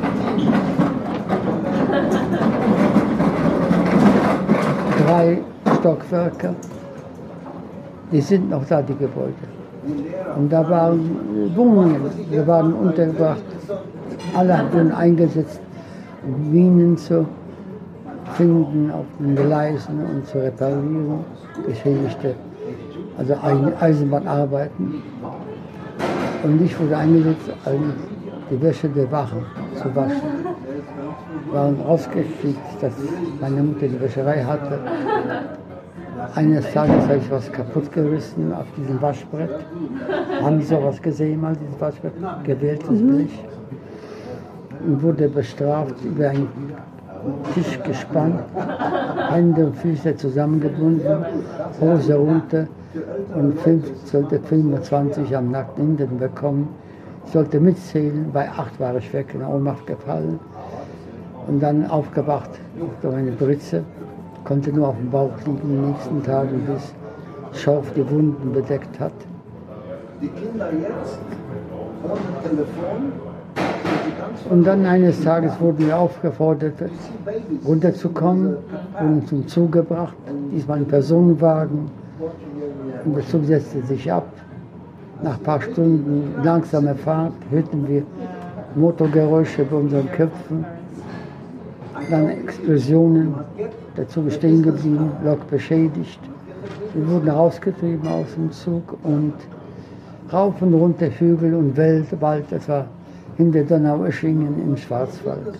3 Stockwerke, die sind noch da, die Gebäude. Und da waren Wohnungen, wir waren untergebracht, alle wurden eingesetzt, um Minen zu finden auf den Gleisen und zu reparieren, geschädigte, also Eisenbahnarbeiten. Und ich wurde eingesetzt, die Wäsche der Wachen zu waschen. Wir waren rausgekriegt, dass meine Mutter die Wäscherei hatte. Eines Tages habe ich was kaputt gerissen auf diesem Waschbrett. Haben Sie sowas gesehen, mal dieses Waschbrett? Gewähltes Blech. Und wurde bestraft, über einen Tisch gespannt, Hände und Füße zusammengebunden, Hose runter und sollte 25 am nackten Hintern bekommen. Ich sollte mitzählen, bei 8 war ich weg, in Ohnmacht gefallen. Und dann aufgewacht durch eine Britze, konnte nur auf dem Bauch liegen in den nächsten Tagen, bis Schauf die Wunden bedeckt hat. Die Kinder jetzt ohne Telefon. Und dann eines Tages wurden wir aufgefordert, runterzukommen, wurden zum Zug gebracht, diesmal ein Personenwagen. Und der Zug setzte sich ab. Nach ein paar Stunden langsamer Fahrt hörten wir Motorgeräusche bei unseren Köpfen. Dann Explosionen, der Zug ist stehen geblieben, Lok beschädigt. Wir wurden rausgetrieben aus dem Zug und rauf und runter Hügel und Wald, das war hinter Donaueschingen im Schwarzwald.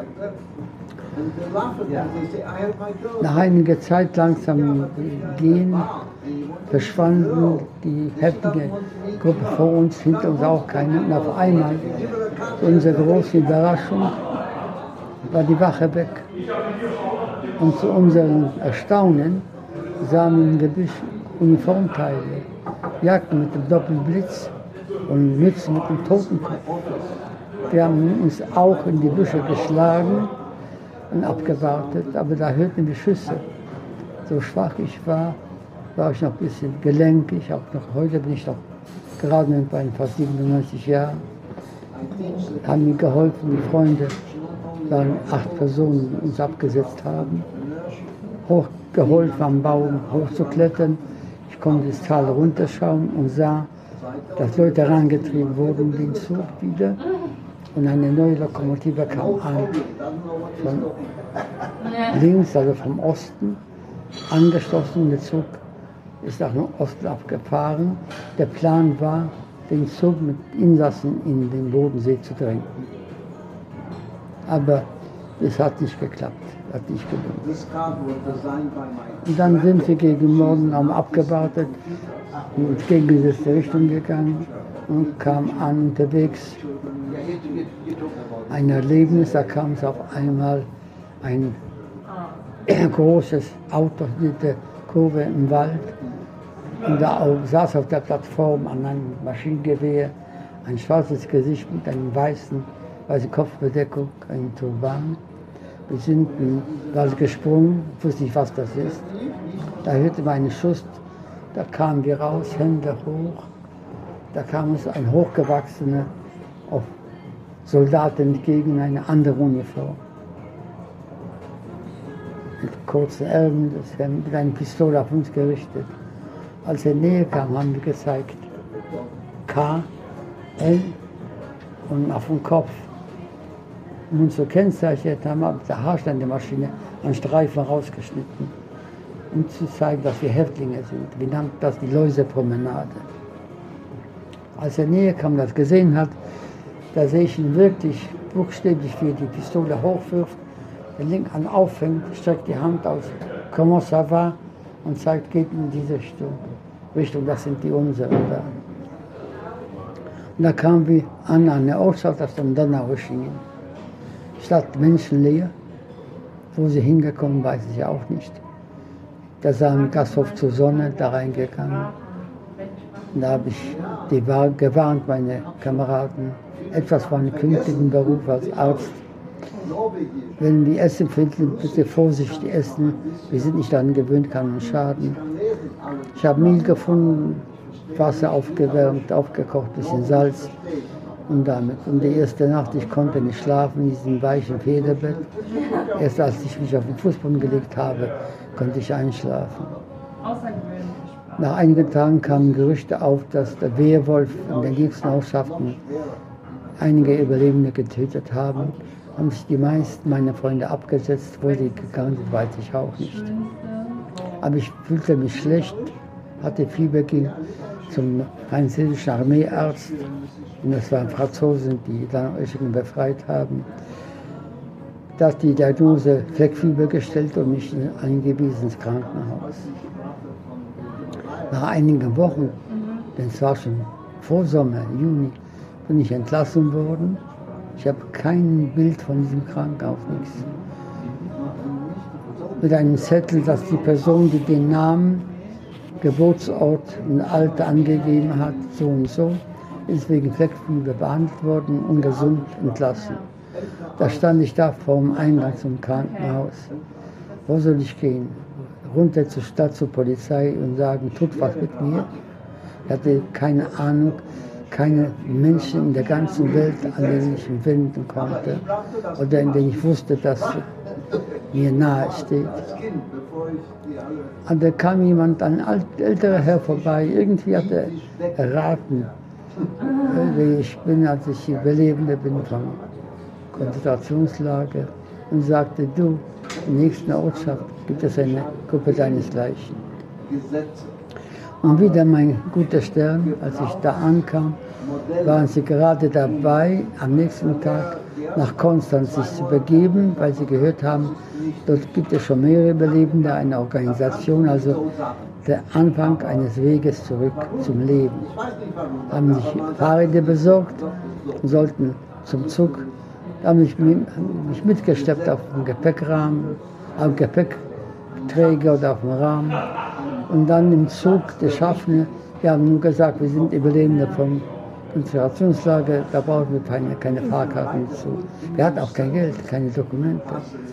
Nach einiger Zeit langsam gehen, verschwanden die heftige Gruppe vor uns, hinter uns auch keine. Und auf einmal, zu unserer großen Überraschung, war die Wache weg. Und zu unserem Erstaunen sahen wir im Gebüsch Uniformteile, Jacken mit dem Doppelblitz und Mützen mit dem Totenkopf. Wir haben uns auch in die Büsche geschlagen und abgewartet, aber da hörten wir Schüsse. So schwach ich war ich noch ein bisschen gelenkig, auch noch heute bin ich noch gerade bei fast 97 Jahren. Haben mir geholfen, die Freunde, waren 8 Personen, die uns abgesetzt haben, hochgeholfen am Baum hochzuklettern. Ich konnte das Tal runterschauen und sah, dass Leute herangetrieben wurden, den Zug wieder. Und eine neue Lokomotive kam an, von links, also vom Osten, angeschlossen. Der Zug ist nach dem Osten abgefahren. Der Plan war, den Zug mit Insassen in den Bodensee zu drängen. Aber es hat nicht geklappt, hat nicht gelungen. Und dann sind wir gegen Morgen abgewartet, in entgegengesetzte Richtung gegangen und kamen an unterwegs. Ein Erlebnis, da kam es auf einmal ein großes Auto mit der Kurve im Wald. Und da saß auf der Plattform an einem Maschinengewehr ein schwarzes Gesicht mit einem weiße Kopfbedeckung, einem Turban. Wir sind in den Wald gesprungen, wusste nicht, was das ist. Da hörte man einen Schuss Da kamen wir raus, Hände hoch. Da kam uns ein hochgewachsener Soldat entgegen, eine andere Uniform. Mit kurzen Ärmeln, mit einer Pistole auf uns gerichtet. Als er näher kam, haben wir gezeigt, K, L und auf dem Kopf. Um uns zu kennzeichnen, haben wir mit der Haarschneidemaschine einen Streifen rausgeschnitten, um zu zeigen, dass wir Häftlinge sind. Wir nannten das die Läusepromenade. Als er näher kam, das gesehen hat, da sehe ich ihn wirklich buchstäblich, wie er die Pistole hochwirft, den linken Hand auffängt, streckt die Hand aus, comment ça va, und zeigt, geht in diese Richtung, das sind die unseren da. Und da kamen wir an eine Ortschaft aus dem Donaueschingen. Stadt menschenleer. Wo sie hingekommen, weiß ich auch nicht. Da sahen wir Gasthof zur Sonne, da reingegangen. Und da habe ich die gewarnt, meine Kameraden, etwas von einem künftigen Beruf als Arzt. Wenn wir Essen finden, bitte vorsichtig essen. Wir sind nicht daran gewöhnt, kann uns schaden. Ich habe Mehl gefunden, Wasser aufgewärmt, aufgekocht, bisschen Salz und damit. Und die erste Nacht, ich konnte nicht schlafen in diesem weichen Federbett. Erst als ich mich auf den Fußboden gelegt habe, konnte ich einschlafen. Nach einigen Tagen kamen Gerüchte auf, dass der Wehrwolf in den nächsten Ortschaften einige Überlebende getötet haben. Haben sich die meisten meiner Freunde abgesetzt, wo sie gegangen sind, weiß ich auch nicht. Aber ich fühlte mich schlecht, hatte Fieber, ging zum französischen Armeearzt. Und das waren Franzosen, die Donaueschingen befreit haben. Da hat die Diagnose Fleckfieber gestellt und mich eingewiesen ins Krankenhaus. Nach einigen Wochen, denn es war schon vor Sommer, Juni, bin ich entlassen worden. Ich habe kein Bild von diesem Krankenhaus, nichts. Mit einem Zettel, dass die Person, die den Namen, Geburtsort und Alter angegeben hat, so und so, ist wegen Fleckfieber behandelt worden und gesund entlassen. Da stand ich da vor dem Eingang zum Krankenhaus. Wo soll ich gehen? Runter zur Stadt, zur Polizei und sagen, tut was mit mir? Ich hatte keine Ahnung, keine Menschen in der ganzen Welt, an denen ich mich wenden konnte oder in denen ich wusste, dass mir nahe steht. Und da kam jemand, ein älterer Herr vorbei, irgendwie hat er erraten, wie ich bin, als ich Überlebende bin vom Konzentrationslager, und sagte, du, in der nächsten Ortschaft gibt es eine Gruppe deinesgleichen. Und wieder mein guter Stern, als ich da ankam, waren sie gerade dabei, am nächsten Tag nach Konstanz sich zu begeben, weil sie gehört haben, dort gibt es schon mehrere Überlebende, eine Organisation, also der Anfang eines Weges zurück zum Leben. Haben sich Fahrräder besorgt und sollten zum Zug, haben mich mitgesteppt auf dem Gepäckrahmen, auf dem Gepäckträger oder auf dem Rahmen. Und dann im Zug, der Schaffner, wir haben nur gesagt, wir sind Überlebende vom Konzentrationslager, da brauchen wir keine Fahrkarten dazu. Wir hatten auch kein Geld, keine Dokumente.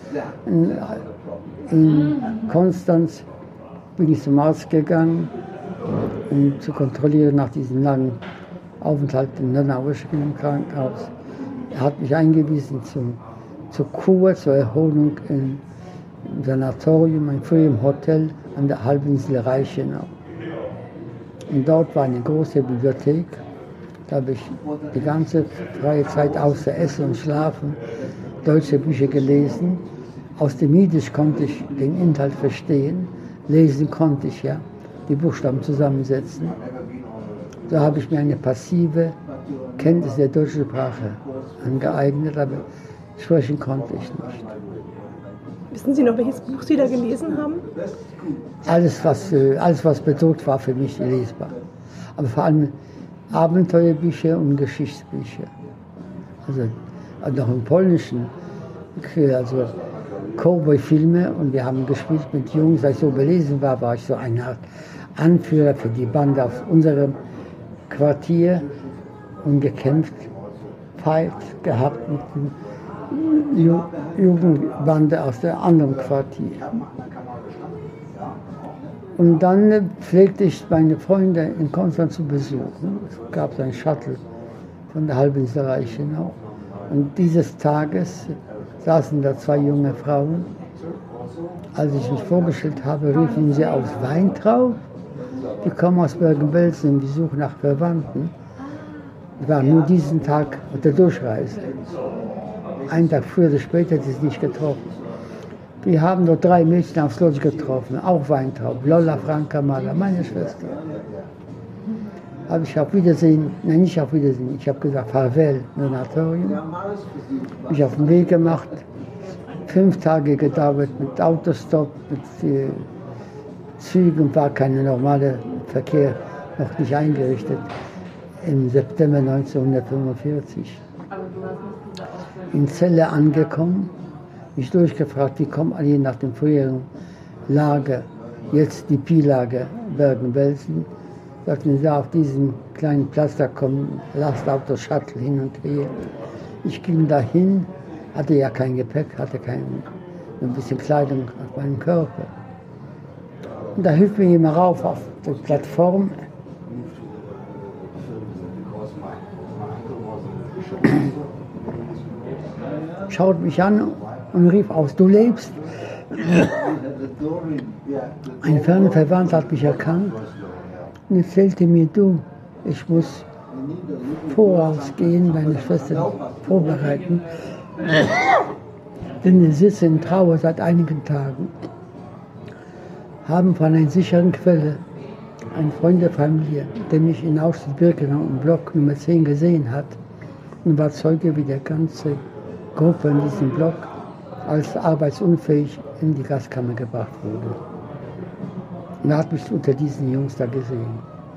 In Konstanz bin ich zum Arzt gegangen, um zu kontrollieren nach diesem langen Aufenthalt in Donaueschingen im Krankenhaus. Er hat mich eingewiesen zur Kur, zur Erholung im Sanatorium, ein frühem Hotel an der Halbinsel Reichenau. Und dort war eine große Bibliothek. Da habe ich die ganze freie Zeit außer Essen und Schlafen deutsche Bücher gelesen. Aus dem Jiddisch konnte ich den Inhalt verstehen. Lesen konnte ich ja, die Buchstaben zusammensetzen. Da habe ich mir eine passive Kenntnis der deutschen Sprache angeeignet, aber sprechen konnte ich nicht. Wissen Sie noch, welches Buch Sie da gelesen haben? Alles, was bedruckt war, für mich lesbar. Aber vor allem Abenteuerbücher und Geschichtsbücher. Also noch im Polnischen, also Cowboy-Filme, und wir haben gespielt mit Jungs. Als ich so belesen war, war ich so eine Art Anführer für die Bande aus unserem Quartier und gekämpft, Fight gehabt mit der Jugendbande aus dem anderen Quartier. Und dann pflegte ich meine Freunde in Konstanz zu besuchen. Es gab so einen Shuttle von der Halbinsel Reichenau. Und dieses Tages saßen da 2 junge Frauen. Als ich mich vorgestellt habe, riefen sie aus Weintraub. Die kommen aus Bergen-Belsen, die suchen nach Verwandten. Die waren nur diesen Tag auf der Durchreise. Einen Tag früher oder später hat sie es nicht getroffen. Wir haben dort 3 Mädchen aufs Lodge getroffen, auch Weintraub, Lola, Franka, Mala, meine Schwester. Habe ich auf Wiedersehen, nein, nicht auf Wiedersehen, ich habe gesagt, Farewell, Monatorium. Mich auf den Weg gemacht, 5 Tage gedauert mit Autostopp, mit Zügen, war kein normaler Verkehr noch nicht eingerichtet. Im September 1945. In Celle angekommen, mich durchgefragt, die kommen alle nach dem früheren Lager, jetzt die Pi-Lager Bergen-Belsen. Sagten sie, auf diesem kleinen Platz, da kommen Lastautos, Shuttle hin und her. Ich ging dahin, hatte ja kein Gepäck, hatte ein bisschen Kleidung auf meinem Körper. Und da hilft mir jemand rauf auf die Plattform. Schaut mich an und rief aus, du lebst. Ein ferner Verwandter hat mich erkannt und erzählte mir, du, ich muss vorausgehen, meine Schwester vorbereiten, denn wir sitzen in Trauer seit einigen Tagen, haben von einer sicheren Quelle einen Freund der Familie, der mich in Auschwitz-Birkenau im Block Nummer 10 gesehen hat und war Zeuge, wie der ganze Gruppe in diesem Block als arbeitsunfähig in die Gaskammer gebracht wurde. Und er hat mich unter diesen Jungs da gesehen.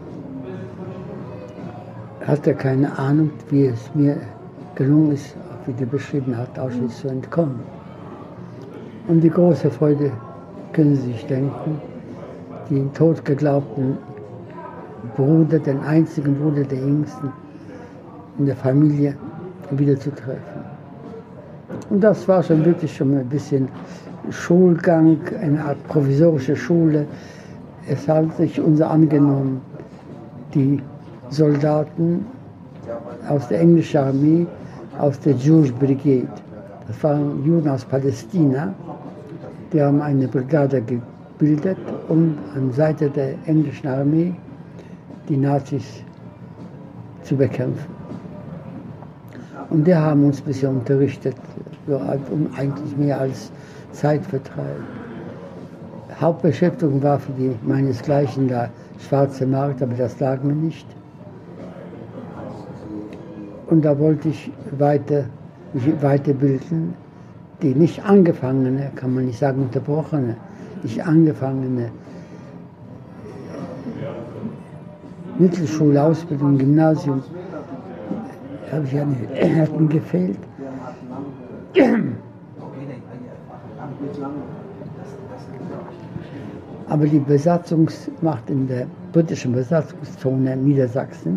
Er hatte keine Ahnung, wie es mir gelungen ist, wie der beschrieben hat, Auschwitz zu entkommen. Und die große Freude können Sie sich denken, den tot geglaubten Bruder, den einzigen Bruder der Jüngsten in der Familie wieder zu treffen. Und das war schon wirklich schon ein bisschen Schulgang, eine Art provisorische Schule. Es hat sich unser angenommen, die Soldaten aus der englischen Armee, aus der Jewish Brigade. Das waren Juden aus Palästina, die haben eine Brigade gebildet, um an der Seite der englischen Armee die Nazis zu bekämpfen. Und die haben uns ein bisschen unterrichtet, so eigentlich mehr als Zeitvertreib. Hauptbeschäftigung war für die meinesgleichen der schwarze Markt, aber das lag mir nicht. Und da wollte ich mich weiterbilden. Die nicht angefangene, kann man nicht sagen unterbrochene, nicht angefangene Mittelschulausbildung, Gymnasium, hat mir gefehlt. Aber die Besatzungsmacht in der britischen Besatzungszone Niedersachsen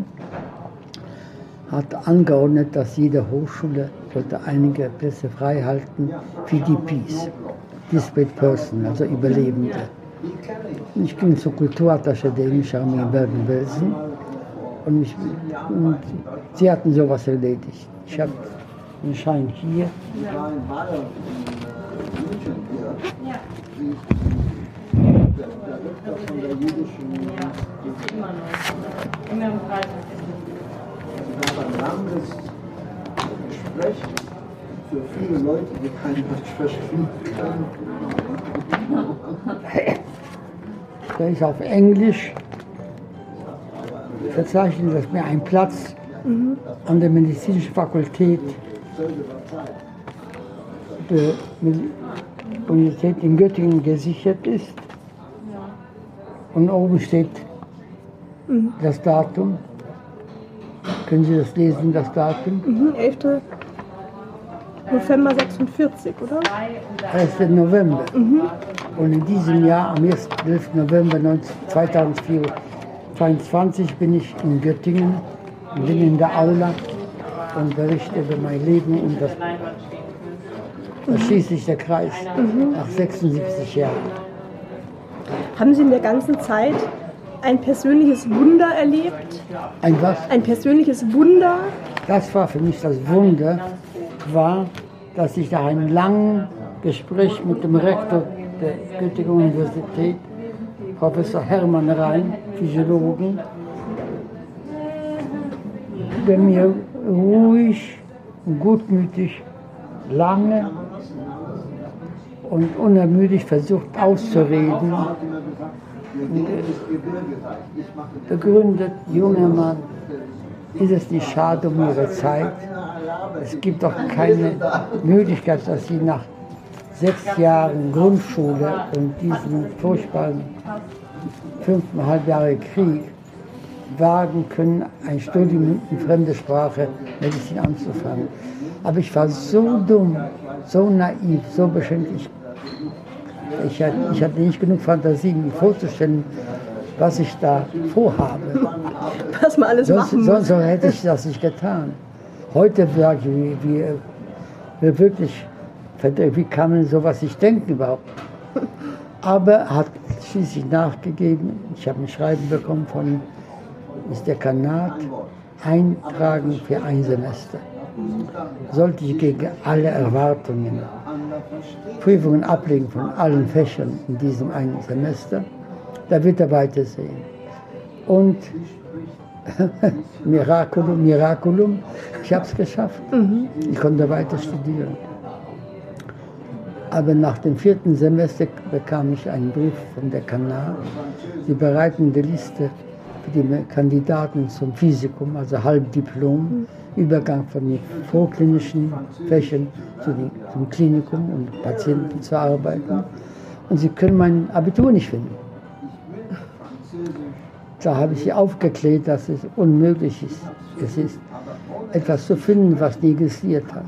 hat angeordnet, dass jede Hochschule sollte einige Plätze frei halten für DPs, Displaced Person, also Überlebende. Ich ging zur Kulturattaché der englischen Armee in Bergen-Belsen und sie hatten sowas erledigt. Ich habe den Schein hier. Ein langes Gespräch für viele Leute, die kein Deutsch verstehen können. Da ist auf Englisch verzeichnet, dass mir ein Platz an der medizinischen Fakultät der Universität in Göttingen gesichert ist. Und oben steht das Datum. Können Sie das lesen, das Datum? 11. November 46, oder? 1. November. Und in diesem Jahr, am 11. November 2022, bin ich in Göttingen, bin in der Aula und berichte über mein Leben und das schließt sich der Kreis nach 76 Jahren. Haben Sie in der ganzen Zeit ein persönliches Wunder erlebt? Ein was? Ein persönliches Wunder? Das war für mich das Wunder, war, dass ich nach einem langen Gespräch mit dem Rektor der Göttingen Universität, Professor Hermann Rhein, Physiologen, der mir ruhig und gutmütig lange und unermüdlich versucht auszureden. Und begründet, junger Mann, ist es nicht schade um Ihre Zeit? Es gibt doch keine Möglichkeit, dass Sie nach 6 Jahren Grundschule und diesem furchtbaren 5,5 Jahre Krieg wagen können, ein Studium in fremde Sprache, Medizin anzufangen. Aber ich war so dumm, so naiv, so beschämt. Ich hatte nicht genug Fantasie, mir vorzustellen, was ich da vorhabe. Was man alles machen muss. Sonst hätte ich das nicht getan. Heute sage ich, wie kann man sowas nicht denken überhaupt? Aber hat schließlich nachgegeben. Ich habe ein Schreiben bekommen von ist der Dekanat, eintragen für ein Semester. Sollte ich gegen alle Erwartungen Prüfungen ablegen von allen Fächern in diesem einen Semester, da wird er weitersehen. Und Miraculum, ich habe es geschafft. Ich konnte weiter studieren. Aber nach dem 4. Semester bekam ich einen Brief vom Dekanat. Sie bereiten die Liste für die Kandidaten zum Physikum, also Halbdiplom, Übergang von den vorklinischen Fächern zum Klinikum und Patienten zu arbeiten. Und sie können mein Abitur nicht finden. Da habe ich sie aufgeklärt, dass es unmöglich ist. Es ist etwas zu finden, was nie existiert hat.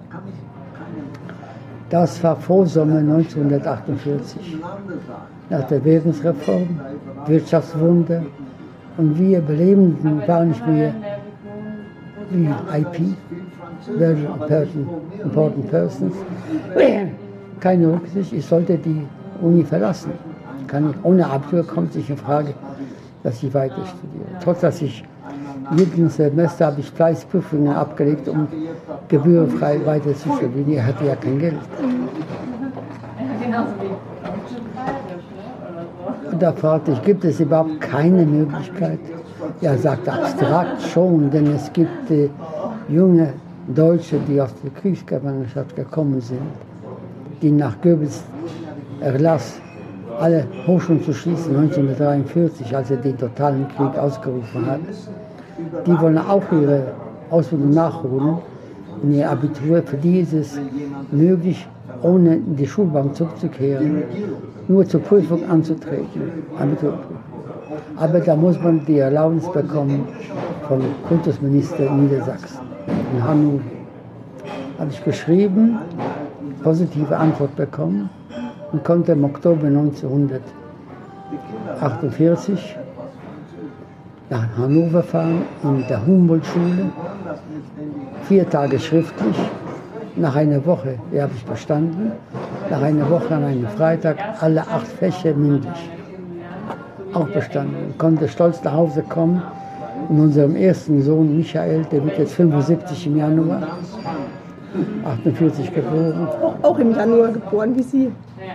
Das war Vorsommer 1948. Nach der Währungsreform, Wirtschaftswunder. Und wir Belebenden waren nicht mehr wie IP, Very Important Persons. Keine Rücksicht, ich sollte die Uni verlassen. Ohne Abitur kommt sich in Frage, dass ich weiter studiere. Trotz dass ich jeden Semester habe ich Fleißprüfungen abgelegt, um gebührenfrei weiter zu studieren. Ich hatte ja kein Geld. Und da fragte ich, gibt es überhaupt keine Möglichkeit? Ja, sagte abstrakt schon, denn es gibt junge Deutsche, die aus der Kriegsgefangenschaft gekommen sind, die nach Goebbels Erlass alle Hochschulen zu schließen, 1943, als er den totalen Krieg ausgerufen hat. Die wollen auch ihre Ausbildung nachholen in ihr Abitur. Für die ist es möglich, ohne in die Schulbank zurückzukehren, nur zur Prüfung anzutreten, Abiturprüfung. Aber da muss man die Erlaubnis bekommen vom Kultusminister in Niedersachsen, in Hannover. Habe ich geschrieben, positive Antwort bekommen und konnte im Oktober 1948 nach Hannover fahren, in der Humboldt-Schule, 4 Tage schriftlich. Nach einer Woche, die habe ich bestanden, nach einer Woche an einem Freitag alle 8 Fächer mündlich. Auch bestanden. Ich konnte stolz nach Hause kommen und unserem ersten Sohn Michael, der wird jetzt 75 im Januar, 48 geboren. Auch im Januar geboren, wie Sie?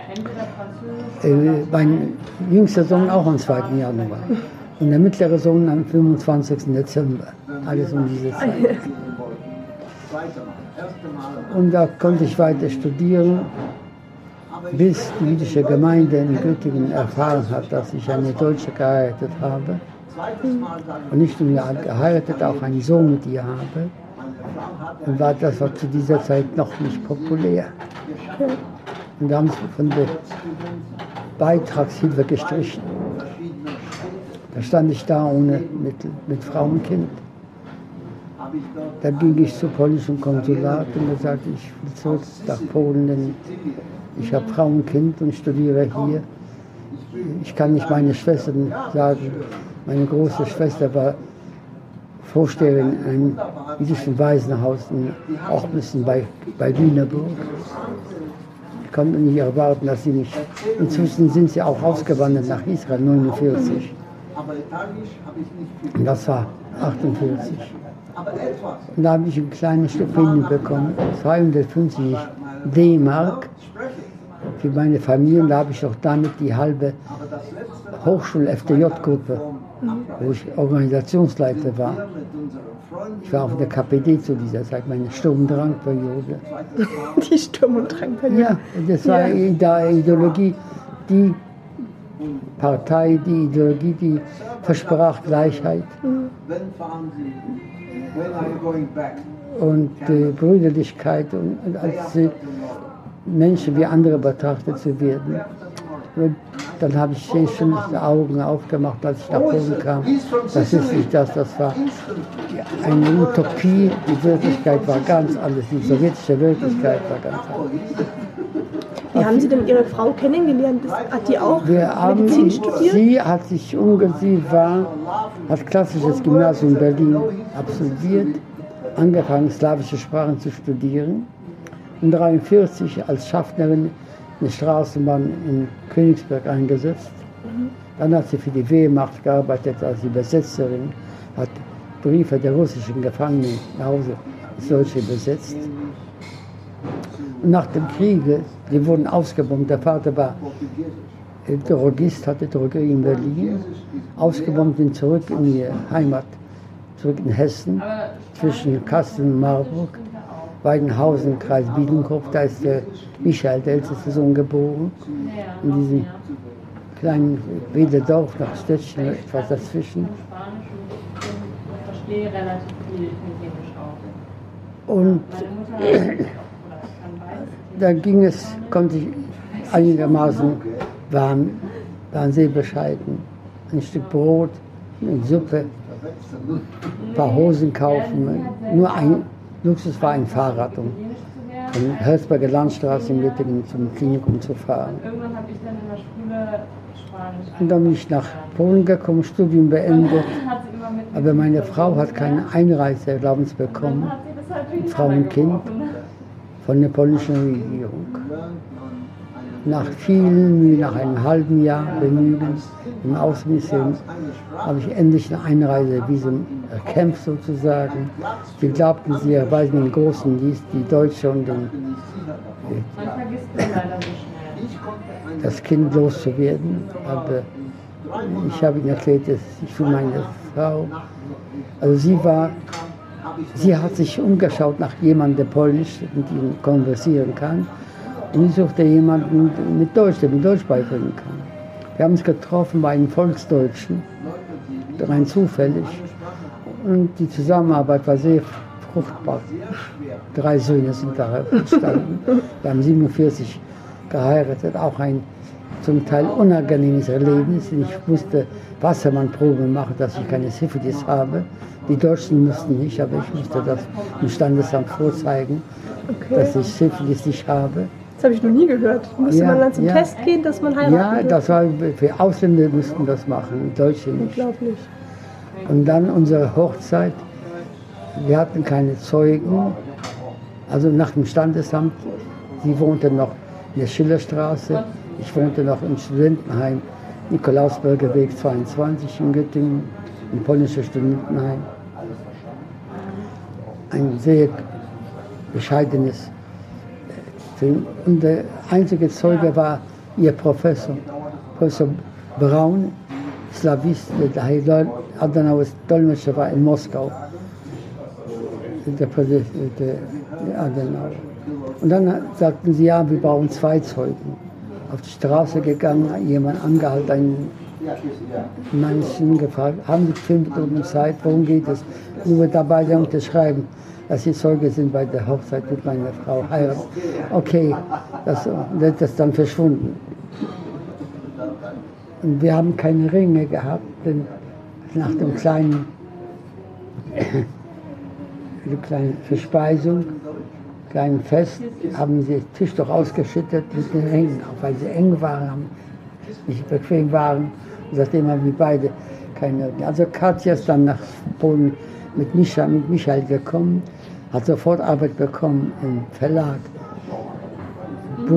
Mein jüngster Sohn auch am 2. Januar. Und der mittlere Sohn am 25. Dezember. Alles um diese Zeit. Und da konnte ich weiter studieren, bis die jüdische Gemeinde in Göttingen erfahren hat, dass ich eine Deutsche geheiratet habe. Und nicht nur geheiratet, auch einen Sohn mit ihr habe. Und das war zu dieser Zeit noch nicht populär. Und da haben sie von der Beitragshilfe gestrichen. Da stand ich da ohne Mittel, mit Frau und Kind. Da ging ich zum polnischen Konsulat und da sagte ich will zurück nach Polen, denn ich habe Frau und Kind und studiere hier. Ich kann nicht meine Schwestern sagen. Meine große Schwester war Vorsteherin in einem jüdischen Waisenhaus in Ochmissen bei Lüneburg. Ich konnte nicht erwarten, dass sie mich... Inzwischen sind sie auch ausgewandert nach Israel, 49. Aber Italienisch habe ich nicht viel. Und das war 48. Aber etwas. Und da habe ich ein kleines Stipendium bekommen, 250 D-Mark für meine Familie. Und da habe ich auch damit die halbe Hochschul-FDJ-Gruppe, wo ich Organisationsleiter war. Ich war auf der KPD zu dieser Zeit, meine Sturm- und Drangperiode. Die Sturm- und Drangperiode. Ja, das war die Ideologie, die Partei, die Ideologie, die versprach Gleichheit und Brüderlichkeit und als Menschen wie andere betrachtet zu werden. Und dann habe ich sehr schön die Augen aufgemacht, als ich nach Polen kam. Das ist nicht das, das war eine Utopie. Die Wirklichkeit war ganz anders, die sowjetische Wirklichkeit war ganz anders. Wie haben Sie denn Ihre Frau kennengelernt? Hat die auch Medizin studiert? Sie hat klassisches Gymnasium in Berlin absolviert, angefangen slawische Sprachen zu studieren und 1943 als Schaffnerin eine Straßenbahn in Königsberg eingesetzt. Dann hat sie für die Wehrmacht gearbeitet als Übersetzerin, hat Briefe der russischen Gefangenen nach Hause ins Deutsche übersetzt. Und nach dem Krieg, die wurden ausgebombt. Der Vater war Drogist, hatte Drogerie in Berlin, ausgebombt, sind zurück in die Heimat, zurück in Hessen, zwischen Kassel und Marburg, Weidenhausen, Kreis Biedenkopf. Da ist der Michael, der älteste Sohn, geboren. In diesem kleinen Wededorf nach Stettin, etwas dazwischen. Ich verstehe relativ viel Italienisch auch. Und da konnte ich einigermaßen waren sehr bescheiden. Ein Stück Brot, eine Suppe, ein paar Hosen kaufen. Nur ein Luxus war ein Fahrrad, um von Hölzberger Landstraße in Lüttingen zum Klinikum zu fahren. Irgendwann habe ich dann in der Schule Spanisch. Und dann bin ich nach Polen gekommen, Studium beendet. Aber meine Frau hat keine Einreiseerlaubnis bekommen, Frau und Kind, von der polnischen Regierung. Nach vielen Mühen, nach einem halben Jahr Bemühen im Außenministerium, habe ich endlich ein Einreisevisum erkämpft sozusagen. Sie glaubten, sie erweisen den großen Dienst, die Deutsche und das Kind loszuwerden. Aber ich habe ihnen erklärt, dass ich für meine Frau, also sie hat sich umgeschaut nach jemandem, der Polnisch mit ihm konversieren kann. Und ich suchte jemanden mit Deutsch, der mir Deutsch beibringen kann. Wir haben uns getroffen bei einem Volksdeutschen, rein zufällig. Und die Zusammenarbeit war sehr fruchtbar. 3 Söhne sind da entstanden. Wir haben 47 geheiratet, auch ein zum Teil unangenehmes Erlebnis. Ich musste Wassermannprobe machen, dass ich keine Syphilis habe. Die Deutschen mussten nicht, aber ich musste das im Standesamt vorzeigen, dass ich Syphilis nicht habe. Das habe ich noch nie gehört. Musste man dann zum Test gehen, dass man heiraten Ja, das war für Ausländer mussten das machen, Deutsche nicht. Unglaublich. Und dann unsere Hochzeit. Wir hatten keine Zeugen. Also nach dem Standesamt. Sie wohnte noch in der Schillerstraße. Ich wohnte noch im Studentenheim, Nikolausberger Weg 22 in Göttingen, im polnischen Studentenheim. Ein sehr bescheidenes Film. Und der einzige Zeuge war ihr Professor Braun, Slawist, der Adenauers Dolmetscher war in Moskau. Der Adenauer. Und dann sagten sie, ja, wir brauchen 2 Zeugen. Auf die Straße gegangen, jemand angehalten, einen Menschen gefragt, haben Sie 5 Minuten Zeit, worum geht es? Nur dabei unterschreiben, dass Sie Zeuge sind bei der Hochzeit mit meiner Frau heiraten. Okay, das ist dann verschwunden. Und wir haben keine Ringe gehabt, denn nach dem kleinen Verspeisung, kleinen Fest, haben sie den Tisch doch ausgeschüttet mit den Ringen, auch weil sie eng waren, nicht bequem waren. Und seitdem haben wir beide keine Ringe. Also Katja ist dann nach Polen mit Michael gekommen, hat sofort Arbeit bekommen im Verlag,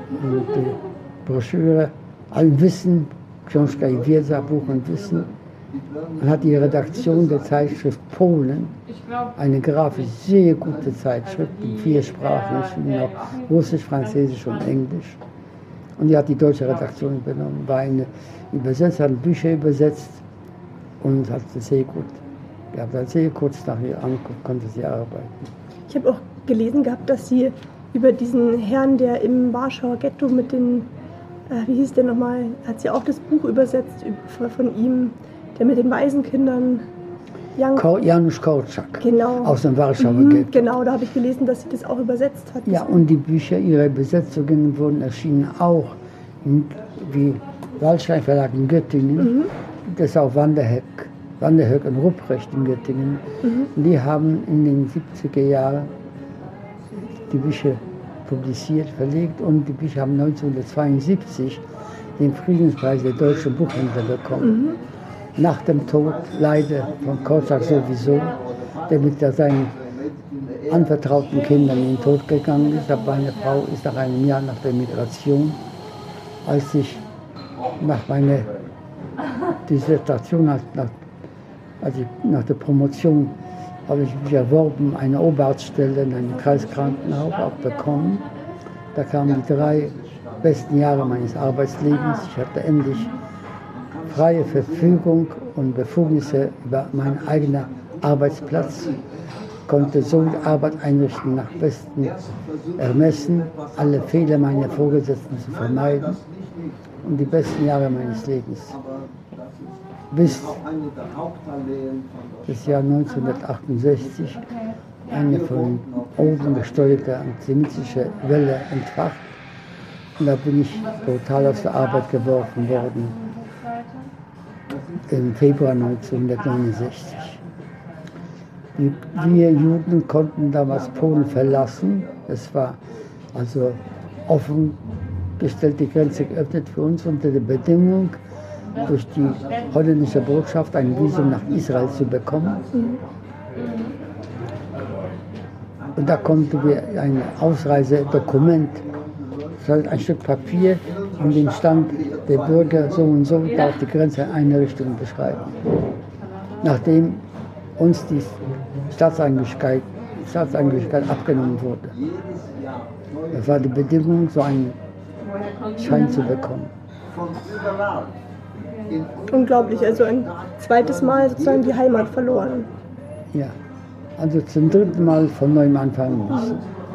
und die Broschüre Ein Wissen, Książka i Wiedza, Buch und Wissen. Man hat die Redaktion der Zeitschrift Polen, eine grafisch sehr gute Zeitschrift in 4 Sprachen, auch Russisch, Französisch und Englisch. Und die hat die deutsche Redaktion übernommen, war eine Übersetzerin, hat Bücher übersetzt und hat es sehr gut gehabt. Also sehr kurz nach ihrer Ankunft konnte sie arbeiten. Ich habe auch gelesen gehabt, dass Sie über diesen Herrn, der im Warschauer Ghetto mit den, wie hieß der nochmal, hat sie auch das Buch übersetzt von ihm, der mit den Waisenkindern, Janusz Korczak, genau. Aus dem Warschauer Ghetto. Genau, da habe ich gelesen, dass sie das auch übersetzt hat. Ja, und die Bücher, ihre Übersetzungen wurden erschienen auch wie Waldstein Verlag in Göttingen, das ist auch Wanderhöck und Rupprecht in Göttingen. Die haben in den 70er Jahren die Bücher publiziert, verlegt und die Bücher haben 1972 den Friedenspreis der deutschen Buchhändler bekommen. Nach dem Tod, leider von Korczak sowieso, der mit seinen anvertrauten Kindern in den Tod gegangen ist. Aber meine Frau ist nach einem Jahr nach der Migration, als ich nach meiner Dissertation, nach der Promotion, habe ich mich erworben, eine Oberarztstelle in einem Kreiskrankenhaus auch bekommen. Da kamen die 3 besten Jahre meines Arbeitslebens. Ich hatte endlich freie Verfügung und Befugnisse über meinen eigenen Arbeitsplatz, konnte so Arbeit einrichten nach bestem Ermessen, alle Fehler meiner Vorgesetzten zu vermeiden und die besten Jahre meines Lebens bis das Jahr 1968 eine von oben gesteuerte antisemitische Welle entfacht und da bin ich brutal aus der Arbeit geworfen worden im Februar 1969. Wir Juden konnten damals Polen verlassen. Es war also offen gestellt, die Grenze geöffnet für uns unter der Bedingung, durch die holländische Botschaft ein Visum nach Israel zu bekommen. Und da konnten wir ein Ausreisedokument, ein Stück Papier, in dem stand, der Bürger so und so darf die Grenzeinrichtung beschreiben. Nachdem uns die Staatsangehörigkeit abgenommen wurde. Das war die Bedingung, so einen Schein zu bekommen. Unglaublich, also ein zweites Mal sozusagen die Heimat verloren. Ja, also zum 3. Mal von neuem anfangen müssen.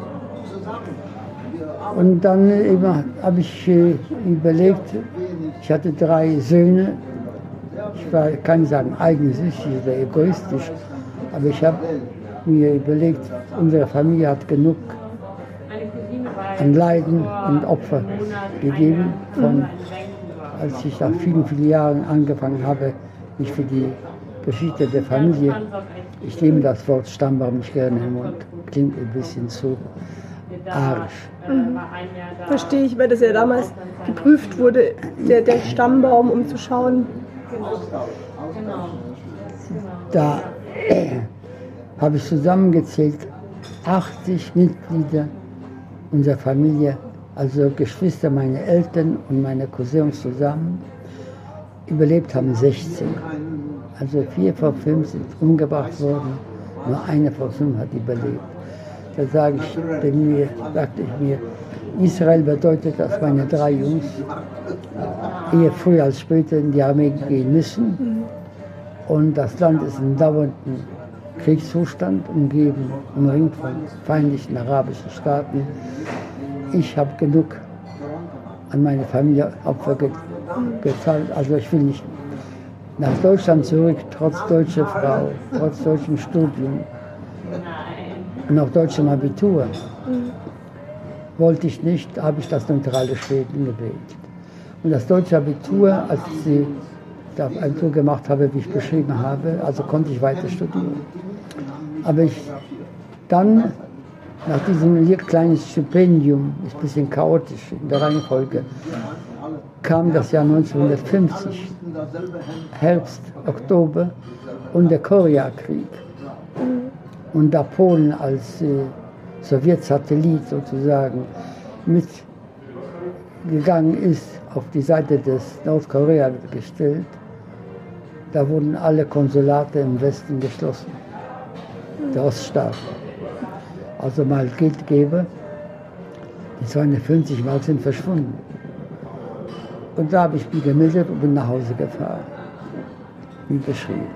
Und dann habe ich überlegt, ich hatte 3 Söhne, ich kann nicht sagen eigensüchtig oder egoistisch, aber ich habe mir überlegt, unsere Familie hat genug an Leiden und Opfer gegeben, als ich nach vielen, vielen Jahren angefangen habe, mich für die Geschichte der Familie, ich nehme das Wort Stammbaum nicht gerne im Mund, klingt ein bisschen zu arisch. Verstehe ich, weil das ja damals geprüft wurde, der Stammbaum, um zu schauen. Da habe ich zusammengezählt, 80 Mitglieder unserer Familie, also Geschwister, meine Eltern und meine Cousins zusammen, überlebt haben 16. Also 4 von 5 sind umgebracht worden, nur eine von 5 hat überlebt. Da sagte ich mir, Israel bedeutet, dass meine 3 Jungs eher früher als später in die Armee gehen müssen. Und das Land ist in dauerndem Kriegszustand, umringt von feindlichen arabischen Staaten. Ich habe genug an meine Familie Opfer gezahlt. Also ich will nicht nach Deutschland zurück, trotz deutscher Frau, trotz deutschem Studium und auch deutschem Abitur. Wollte ich nicht, habe ich das neutrale Schweden gewählt. Und das deutsche Abitur, als ich das Abitur gemacht habe, wie ich beschrieben habe, also konnte ich weiter studieren. Aber dann, nach diesem kleinen Stipendium, ist ein bisschen chaotisch in der Reihenfolge, kam das Jahr 1950, Herbst, Oktober und der Koreakrieg. Und da Polen als Sowjetsatellit sozusagen mit gegangen ist, auf die Seite des Nordkorea gestellt, da wurden alle Konsulate im Westen geschlossen, der Oststaaten. Also mal Geldgeber, die 250 Mark sind verschwunden. Und da habe ich mich gemeldet und bin nach Hause gefahren, wie beschrieben.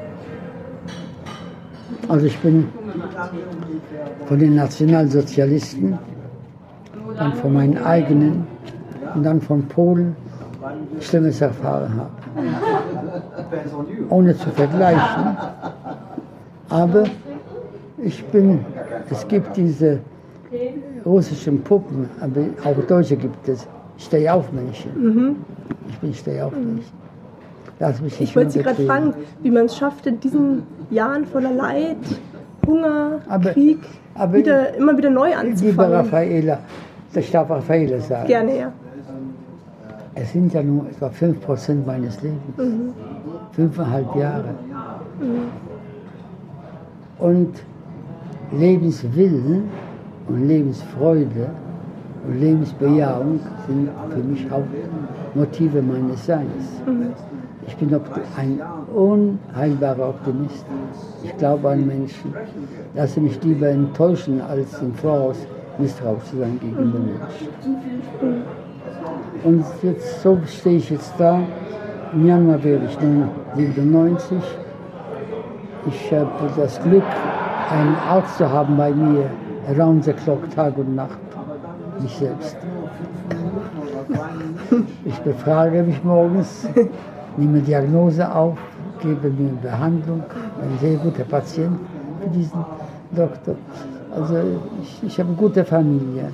Also ich bin von den Nationalsozialisten, dann von meinen eigenen und dann von Polen Schlimmes erfahren habe. Ohne zu vergleichen. Aber es gibt diese russischen Puppen, aber auch Deutsche gibt es. Stehaufmännchen. Ich bin Stehaufmännchen. Ich wollte Sie gerade fragen, wie man es schafft, in diesen Jahren voller Leid, Hunger, Krieg, immer wieder neu anzufangen. Lieber Raffaella, ich darf Raffaella sagen. Gerne, ja. Es sind ja nur etwa 5% meines Lebens. 5,5 Jahre. Und Lebenswillen und Lebensfreude und Lebensbejahung sind für mich Hauptmotive meines Seins. Ich bin ein unheilbarer Optimist. Ich glaube an Menschen. Lasse mich lieber enttäuschen, als im Voraus misstrauisch zu sein gegenüber Menschen. Und jetzt, so stehe ich jetzt da. Im Januar werde ich nun 97. Ich habe das Glück, einen Arzt zu haben bei mir, around the clock, Tag und Nacht. Mich selbst. Ich befrage mich morgens, nehme Diagnose auf, gebe mir Behandlung. Ein sehr guter Patient für diesen Doktor. Also ich habe eine gute Familie.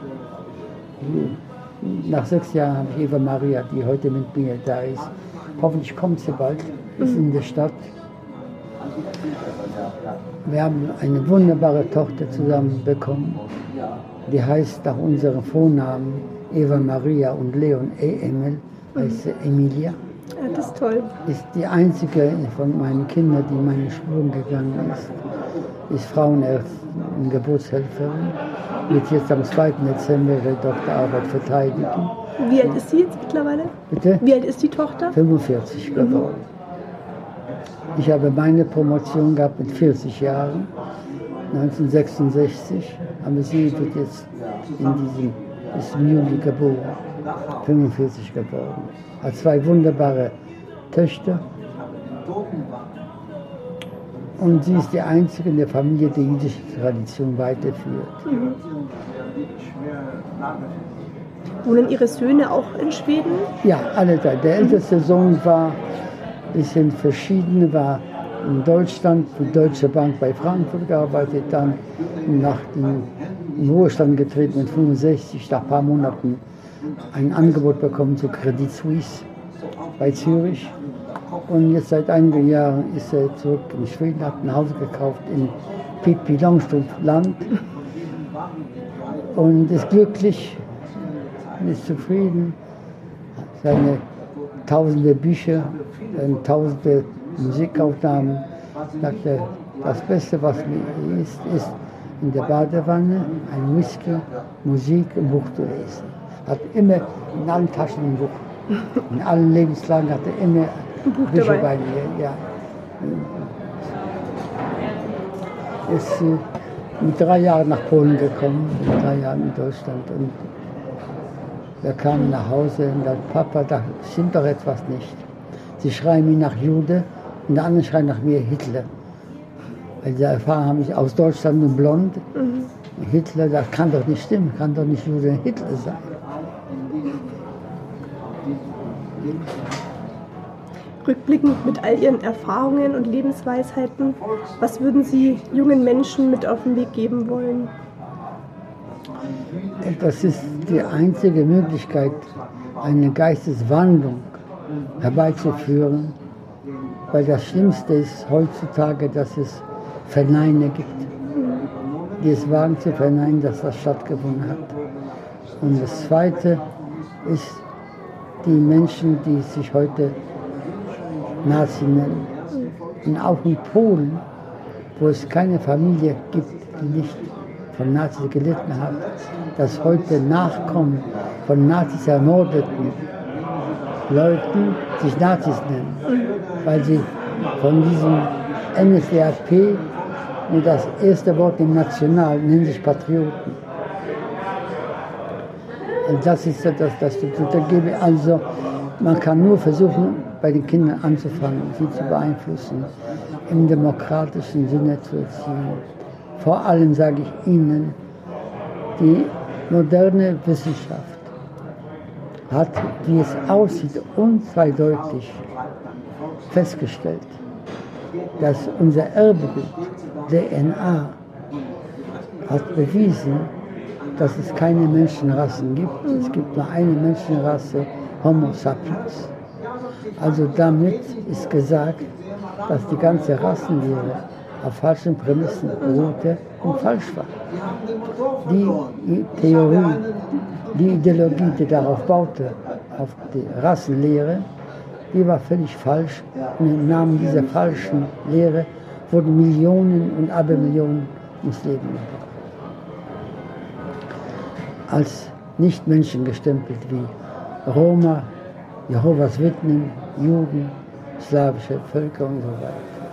Nach 6 Jahren habe ich Eva Maria, die heute mit mir da ist. Hoffentlich kommt sie bald, ist in der Stadt. Wir haben eine wunderbare Tochter zusammen bekommen. Die heißt nach unserem Vornamen Eva Maria und Leon Emil, heißt sie Emilia. Ja, das ist toll. Ist die einzige von meinen Kindern, die meine Spuren gegangen ist. Ist Frauenärztin und Geburtshelferin. Wird jetzt am 2. Dezember ihre Doktorarbeit verteidigen. Wie alt ist sie jetzt mittlerweile? Bitte? Wie alt ist die Tochter? 45 geworden. Ich habe meine Promotion gehabt mit 40 Jahren, 1966. Aber sie wird jetzt ist im Juli geboren, 45 geworden. Hat 2 wunderbare Töchter. Und sie ist die einzige in der Familie, die jüdische Tradition weiterführt. Wohnen Ihre Söhne auch in Schweden? Ja, alle 3. Der älteste Sohn war ein bisschen verschieden, war in Deutschland für die Deutsche Bank bei Frankfurt gearbeitet, dann nach dem Ruhestand getreten mit 65, nach ein paar Monaten ein Angebot bekommen zu Credit Suisse bei Zürich. Und jetzt seit einigen Jahren ist er zurück in Schweden, hat ein Haus gekauft in Pippi Longstrumpf-Land und ist glücklich, ist zufrieden. Seine tausende Bücher, seine tausende Musikaufnahmen, sagt er, das Beste, was mir ist in der Badewanne ein Whisky, Musik, ein Buch zu lesen. Hat immer in allen Taschen ein Buch. In allen Lebenslagen hat er immer Bücher bei mir. Ja. Ist mit 3 Jahren nach Polen gekommen, mit 3 Jahren in Deutschland. Und wir kamen nach Hause und dann, Papa, da stimmt doch etwas nicht. Sie schreien mich nach Jude und der andere schreien nach mir Hitler. Weil sie erfahren haben, ich aus Deutschland und blond. Hitler, das kann doch nicht stimmen, kann doch nicht Jude Hitler sein. Rückblickend mit all Ihren Erfahrungen und Lebensweisheiten, was würden Sie jungen Menschen mit auf den Weg geben wollen? Das ist die einzige Möglichkeit, eine Geisteswandlung herbeizuführen, weil das Schlimmste ist heutzutage, dass es Verneiner gibt, die es wagen zu verneinen, dass das stattgefunden hat. Und das Zweite ist die Menschen, die sich heute Nazi nennen. Und auch in Polen, wo es keine Familie gibt, die nicht von Nazis gelitten hat, dass heute Nachkommen von Nazis ermordeten Leuten sich Nazis nennen, weil sie von diesem NSDAP, und das erste Wort im National, nennen sich Patrioten. Und das ist das gebe. Also man kann nur versuchen, bei den Kindern anzufangen, sie zu beeinflussen, im demokratischen Sinne zu erziehen. Vor allem sage ich Ihnen, die moderne Wissenschaft hat, wie es aussieht, unzweideutig festgestellt, dass unser Erbgut, DNA, hat bewiesen, dass es keine Menschenrassen gibt. Es gibt nur eine Menschenrasse, Homo sapiens. Also damit ist gesagt, dass die ganze Rassenlehre auf falschen Prämissen beruhte und falsch war. Die Theorie, die Ideologie, die darauf baute, auf die Rassenlehre, die war völlig falsch. Und im Namen dieser falschen Lehre wurden Millionen und Abermillionen ums Leben gebracht. Als Nichtmenschen gestempelt wie Roma, Jehovas Witwen, Juden, slawische Völker und so weiter.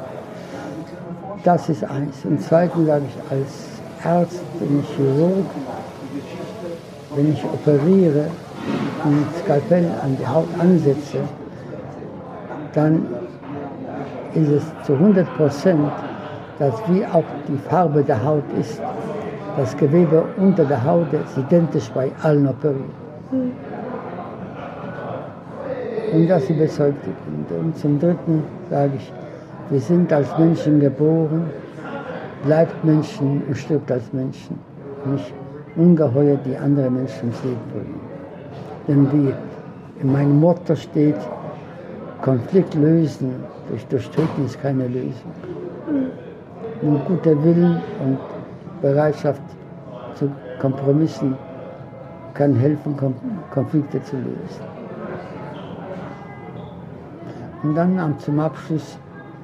Das ist eins. Und zweitens sage ich als Arzt, bin ich Chirurg, wenn ich operiere und ein Skalpell an die Haut ansetze, dann ist es zu 100%, dass wie auch die Farbe der Haut ist, das Gewebe unter der Haut ist identisch bei allen Operierten. Und das überzeugt mich. Und zum Dritten sage ich, wir sind als Menschen geboren, bleibt Menschen und stirbt als Menschen. Nicht Ungeheuer, die andere Menschen ums Leben bringen. Denn wie in meinem Motto steht, Konflikt lösen durch Töten ist keine Lösung. Nur guter Willen und Bereitschaft zu Kompromissen kann helfen, Konflikte zu lösen. Und dann zum Abschluss,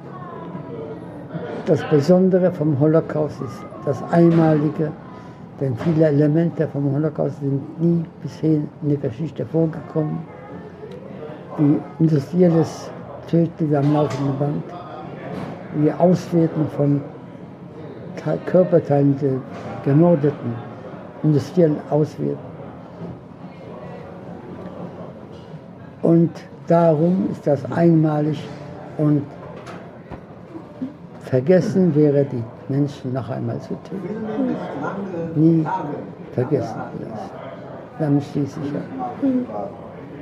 das Besondere vom Holocaust ist das Einmalige, denn viele Elemente vom Holocaust sind nie bisher in der Geschichte vorgekommen. Wie industrielles Töten am laufenden Band, wie Auswerten von Körperteilen der Gemordeten, industriell auswerten. Und darum ist das einmalig und vergessen wäre die Menschen noch einmal zu töten. Nie vergessen lassen. Damit schließe ich ab.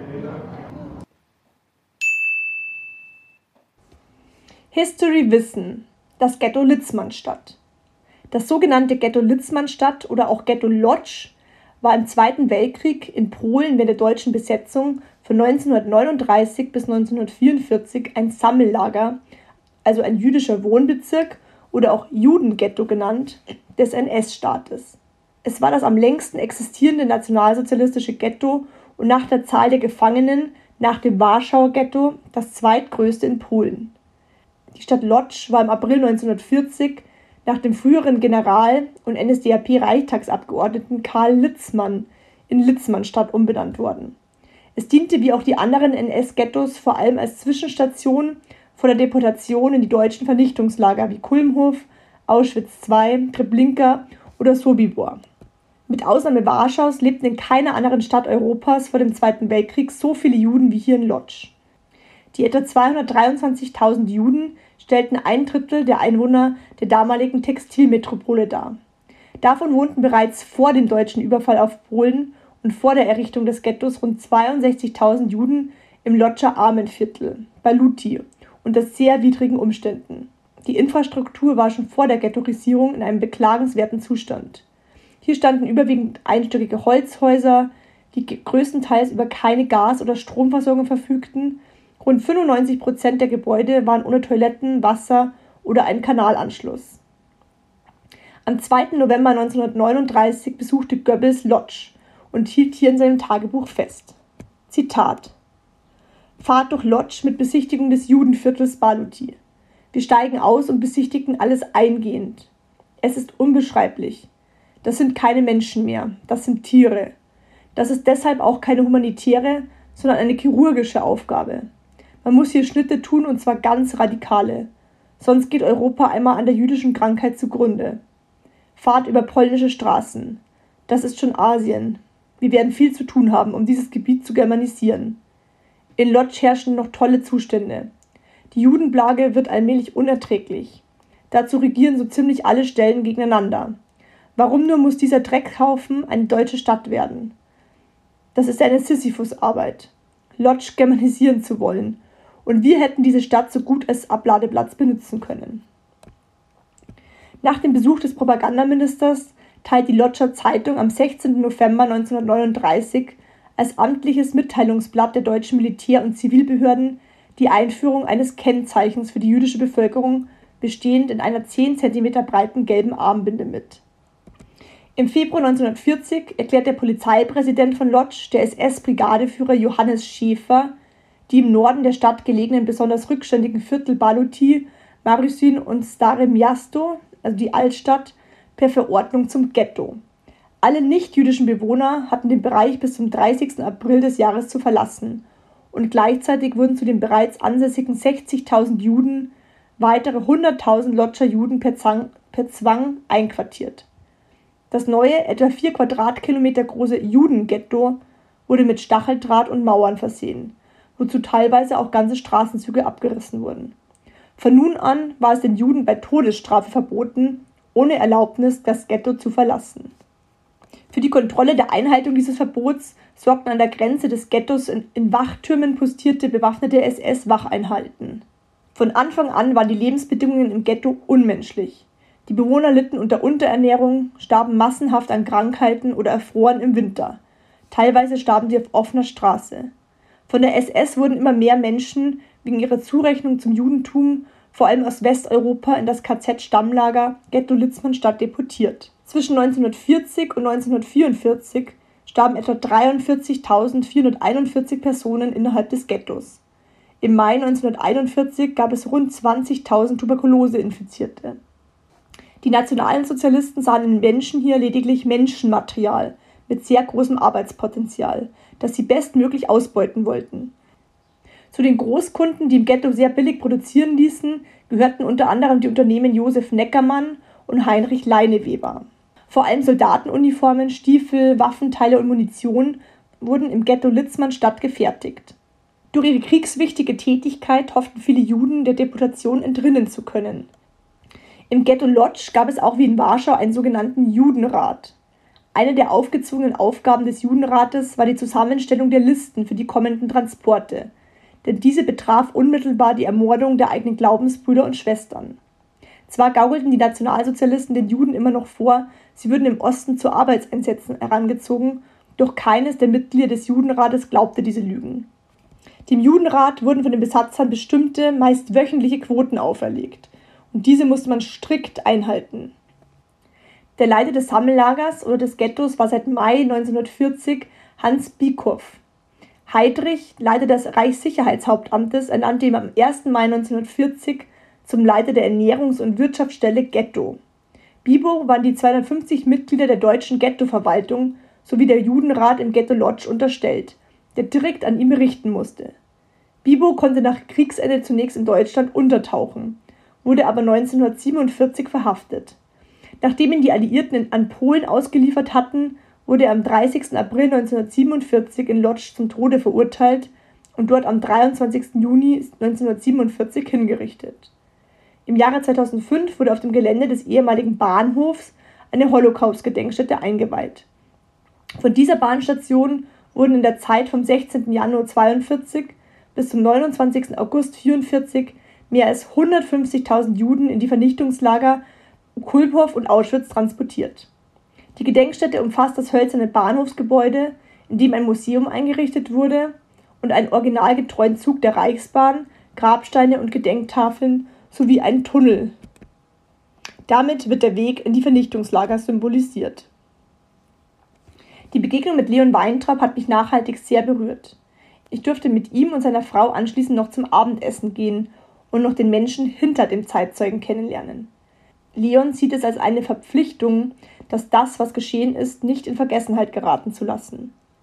History Wissen. Das Ghetto Litzmannstadt. Das sogenannte Ghetto Litzmannstadt oder auch Ghetto Lodz war im Zweiten Weltkrieg in Polen während der deutschen Besetzung von 1939 bis 1944 ein Sammellager, also ein jüdischer Wohnbezirk oder auch Judenghetto genannt, des NS-Staates. Es war das am längsten existierende nationalsozialistische Ghetto und nach der Zahl der Gefangenen nach dem Warschauer Ghetto das zweitgrößte in Polen. Die Stadt Lodz war im April 1940 nach dem früheren General und NSDAP-Reichstagsabgeordneten Karl Litzmann in Litzmannstadt umbenannt worden. Es diente wie auch die anderen NS-Ghettos vor allem als Zwischenstation vor der Deportation in die deutschen Vernichtungslager wie Kulmhof, Auschwitz II, Treblinka oder Sobibor. Mit Ausnahme Warschaus lebten in keiner anderen Stadt Europas vor dem Zweiten Weltkrieg so viele Juden wie hier in Lodz. Die etwa 223.000 Juden stellten 1/3 der Einwohner der damaligen Textilmetropole dar. Davon wohnten bereits vor dem deutschen Überfall auf Polen und vor der Errichtung des Ghettos rund 62.000 Juden im Lodzer Armenviertel bei Luty unter sehr widrigen Umständen. Die Infrastruktur war schon vor der Ghettoisierung in einem beklagenswerten Zustand. Hier standen überwiegend einstöckige Holzhäuser, die größtenteils über keine Gas- oder Stromversorgung verfügten. Rund 95% der Gebäude waren ohne Toiletten, Wasser oder einen Kanalanschluss. Am 2. November 1939 besuchte Goebbels Lodz und hielt hier in seinem Tagebuch fest. Zitat: Fahrt durch Lodz mit Besichtigung des Judenviertels Baluty. Wir steigen aus und besichtigen alles eingehend. Es ist unbeschreiblich. Das sind keine Menschen mehr, das sind Tiere. Das ist deshalb auch keine humanitäre, sondern eine chirurgische Aufgabe. Man muss hier Schnitte tun, und zwar ganz radikale. Sonst geht Europa einmal an der jüdischen Krankheit zugrunde. Fahrt über polnische Straßen. Das ist schon Asien. Wir werden viel zu tun haben, um dieses Gebiet zu germanisieren. In Lodz herrschen noch tolle Zustände. Die Judenplage wird allmählich unerträglich. Dazu regieren so ziemlich alle Stellen gegeneinander. Warum nur muss dieser Dreckhaufen eine deutsche Stadt werden? Das ist eine Sisyphus-Arbeit, Lodz germanisieren zu wollen. Und wir hätten diese Stadt so gut als Abladeplatz benutzen können. Nach dem Besuch des Propagandaministers teilt die Lodzer Zeitung am 16. November 1939 als amtliches Mitteilungsblatt der deutschen Militär- und Zivilbehörden die Einführung eines Kennzeichens für die jüdische Bevölkerung, bestehend in einer 10 cm breiten gelben Armbinde mit. Im Februar 1940 erklärt der Polizeipräsident von Lodz, der SS-Brigadeführer Johannes Schäfer, die im Norden der Stadt gelegenen besonders rückständigen Viertel Baluty, Marusin und Stare Miasto, also die Altstadt, per Verordnung zum Ghetto. Alle nicht-jüdischen Bewohner hatten den Bereich bis zum 30. April des Jahres zu verlassen, und gleichzeitig wurden zu den bereits ansässigen 60.000 Juden weitere 100.000 Lodzer Juden per Zwang einquartiert. Das neue, etwa 4 Quadratkilometer große Judenghetto wurde mit Stacheldraht und Mauern versehen, wozu teilweise auch ganze Straßenzüge abgerissen wurden. Von nun an war es den Juden bei Todesstrafe verboten, ohne Erlaubnis das Ghetto zu verlassen. Für die Kontrolle der Einhaltung dieses Verbots sorgten an der Grenze des Ghettos in Wachtürmen postierte bewaffnete SS-Wacheinheiten. Von Anfang an waren die Lebensbedingungen im Ghetto unmenschlich. Die Bewohner litten unter Unterernährung, starben massenhaft an Krankheiten oder erfroren im Winter. Teilweise starben sie auf offener Straße. Von der SS wurden immer mehr Menschen wegen ihrer Zurechnung zum Judentum, vor allem aus Westeuropa, in das KZ-Stammlager Ghetto Litzmannstadt deportiert. Zwischen 1940 und 1944 starben etwa 43.441 Personen innerhalb des Ghettos. Im Mai 1941 gab es rund 20.000 Tuberkulose-Infizierte. Die nationalen Sozialisten sahen in Menschen hier lediglich Menschenmaterial mit sehr großem Arbeitspotenzial, das sie bestmöglich ausbeuten wollten. Zu den Großkunden, die im Ghetto sehr billig produzieren ließen, gehörten unter anderem die Unternehmen Josef Neckermann und Heinrich Leineweber. Vor allem Soldatenuniformen, Stiefel, Waffenteile und Munition wurden im Ghetto Litzmannstadt gefertigt. Durch ihre kriegswichtige Tätigkeit hofften viele Juden, der Deportation entrinnen zu können. Im Ghetto Lodz gab es auch wie in Warschau einen sogenannten Judenrat. Eine der aufgezwungenen Aufgaben des Judenrates war die Zusammenstellung der Listen für die kommenden Transporte, denn diese betraf unmittelbar die Ermordung der eigenen Glaubensbrüder und Schwestern. Zwar gaukelten die Nationalsozialisten den Juden immer noch vor, sie würden im Osten zu Arbeitseinsätzen herangezogen, doch keines der Mitglieder des Judenrates glaubte diese Lügen. Dem Judenrat wurden von den Besatzern bestimmte, meist wöchentliche Quoten auferlegt, und diese musste man strikt einhalten. Der Leiter des Sammellagers oder des Ghettos war seit Mai 1940 Hans Bikow. Heydrich, Leiter des Reichssicherheitshauptamtes, ernannte ihn am 1. Mai 1940 zum Leiter der Ernährungs- und Wirtschaftsstelle Ghetto. Bikow waren die 250 Mitglieder der deutschen Ghettoverwaltung sowie der Judenrat im Ghetto Lodz unterstellt, der direkt an ihn berichten musste. Bikow konnte nach Kriegsende zunächst in Deutschland untertauchen, wurde aber 1947 verhaftet. Nachdem ihn die Alliierten an Polen ausgeliefert hatten, wurde er am 30. April 1947 in Lodz zum Tode verurteilt und dort am 23. Juni 1947 hingerichtet. Im Jahre 2005 wurde auf dem Gelände des ehemaligen Bahnhofs eine Holocaust-Gedenkstätte eingeweiht. Von dieser Bahnstation wurden in der Zeit vom 16. Januar 1942 bis zum 29. August 1944 mehr als 150.000 Juden in die Vernichtungslager Kulpow und Auschwitz transportiert. Die Gedenkstätte umfasst das hölzerne Bahnhofsgebäude, in dem ein Museum eingerichtet wurde, und einen originalgetreuen Zug der Reichsbahn, Grabsteine und Gedenktafeln sowie einen Tunnel. Damit wird der Weg in die Vernichtungslager symbolisiert. Die Begegnung mit Leon Weintraub hat mich nachhaltig sehr berührt. Ich durfte mit ihm und seiner Frau anschließend noch zum Abendessen gehen und noch den Menschen hinter dem Zeitzeugen kennenlernen. Leon sieht es als eine Verpflichtung, dass das, was geschehen ist, nicht in Vergessenheit geraten zu lassen.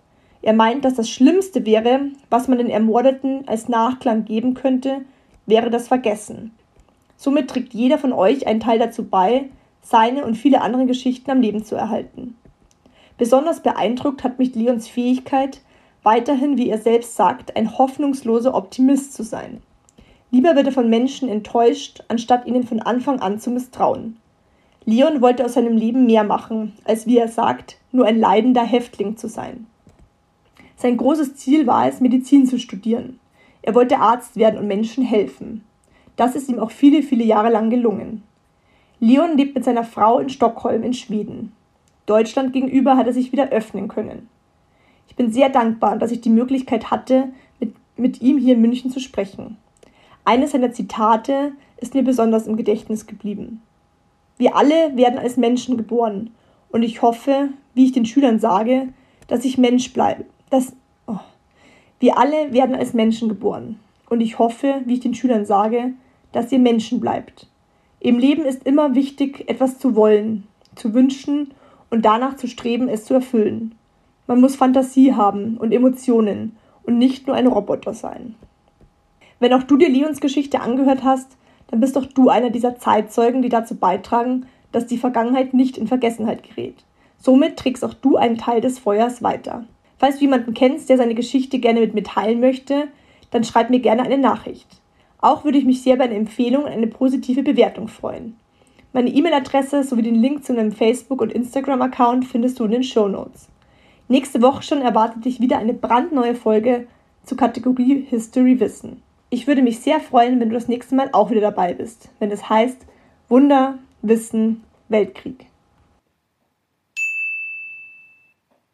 Er meint, dass das Schlimmste wäre, was man den Ermordeten als Nachklang geben könnte, wäre das Vergessen. Somit trägt jeder von euch einen Teil dazu bei, seine und viele andere Geschichten am Leben zu erhalten. Besonders beeindruckt hat mich Leons Fähigkeit, weiterhin, wie er selbst sagt, ein hoffnungsloser Optimist zu sein. Lieber wird er von Menschen enttäuscht, anstatt ihnen von Anfang an zu misstrauen. Leon wollte aus seinem Leben mehr machen, als, wie er sagt, nur ein leidender Häftling zu sein. Sein großes Ziel war es, Medizin zu studieren. Er wollte Arzt werden und Menschen helfen. Das ist ihm auch viele, viele Jahre lang gelungen. Leon lebt mit seiner Frau in Stockholm in Schweden. Deutschland gegenüber hat er sich wieder öffnen können. Ich bin sehr dankbar, dass ich die Möglichkeit hatte, mit ihm hier in München zu sprechen. Eines seiner Zitate ist mir besonders im Gedächtnis geblieben. Wir alle werden als Menschen geboren und ich hoffe, wie ich den Schülern sage, dass ich Mensch bleibe. Wir alle werden als Menschen geboren und ich hoffe, wie ich den Schülern sage, dass ihr Menschen bleibt. Im Leben ist immer wichtig, etwas zu wollen, zu wünschen und danach zu streben, es zu erfüllen. Man muss Fantasie haben und Emotionen und nicht nur ein Roboter sein. Wenn auch du dir Leons Geschichte angehört hast, dann bist doch du einer dieser Zeitzeugen, die dazu beitragen, dass die Vergangenheit nicht in Vergessenheit gerät. Somit trägst auch du einen Teil des Feuers weiter. Falls du jemanden kennst, der seine Geschichte gerne mit mir teilen möchte, dann schreib mir gerne eine Nachricht. Auch würde ich mich sehr über eine Empfehlung und eine positive Bewertung freuen. Meine E-Mail-Adresse sowie den Link zu meinem Facebook- und Instagram-Account findest du in den Shownotes. Nächste Woche schon erwartet dich wieder eine brandneue Folge zur Kategorie History Wissen. Ich würde mich sehr freuen, wenn du das nächste Mal auch wieder dabei bist, wenn es heißt Wunder, Wissen, Weltkrieg.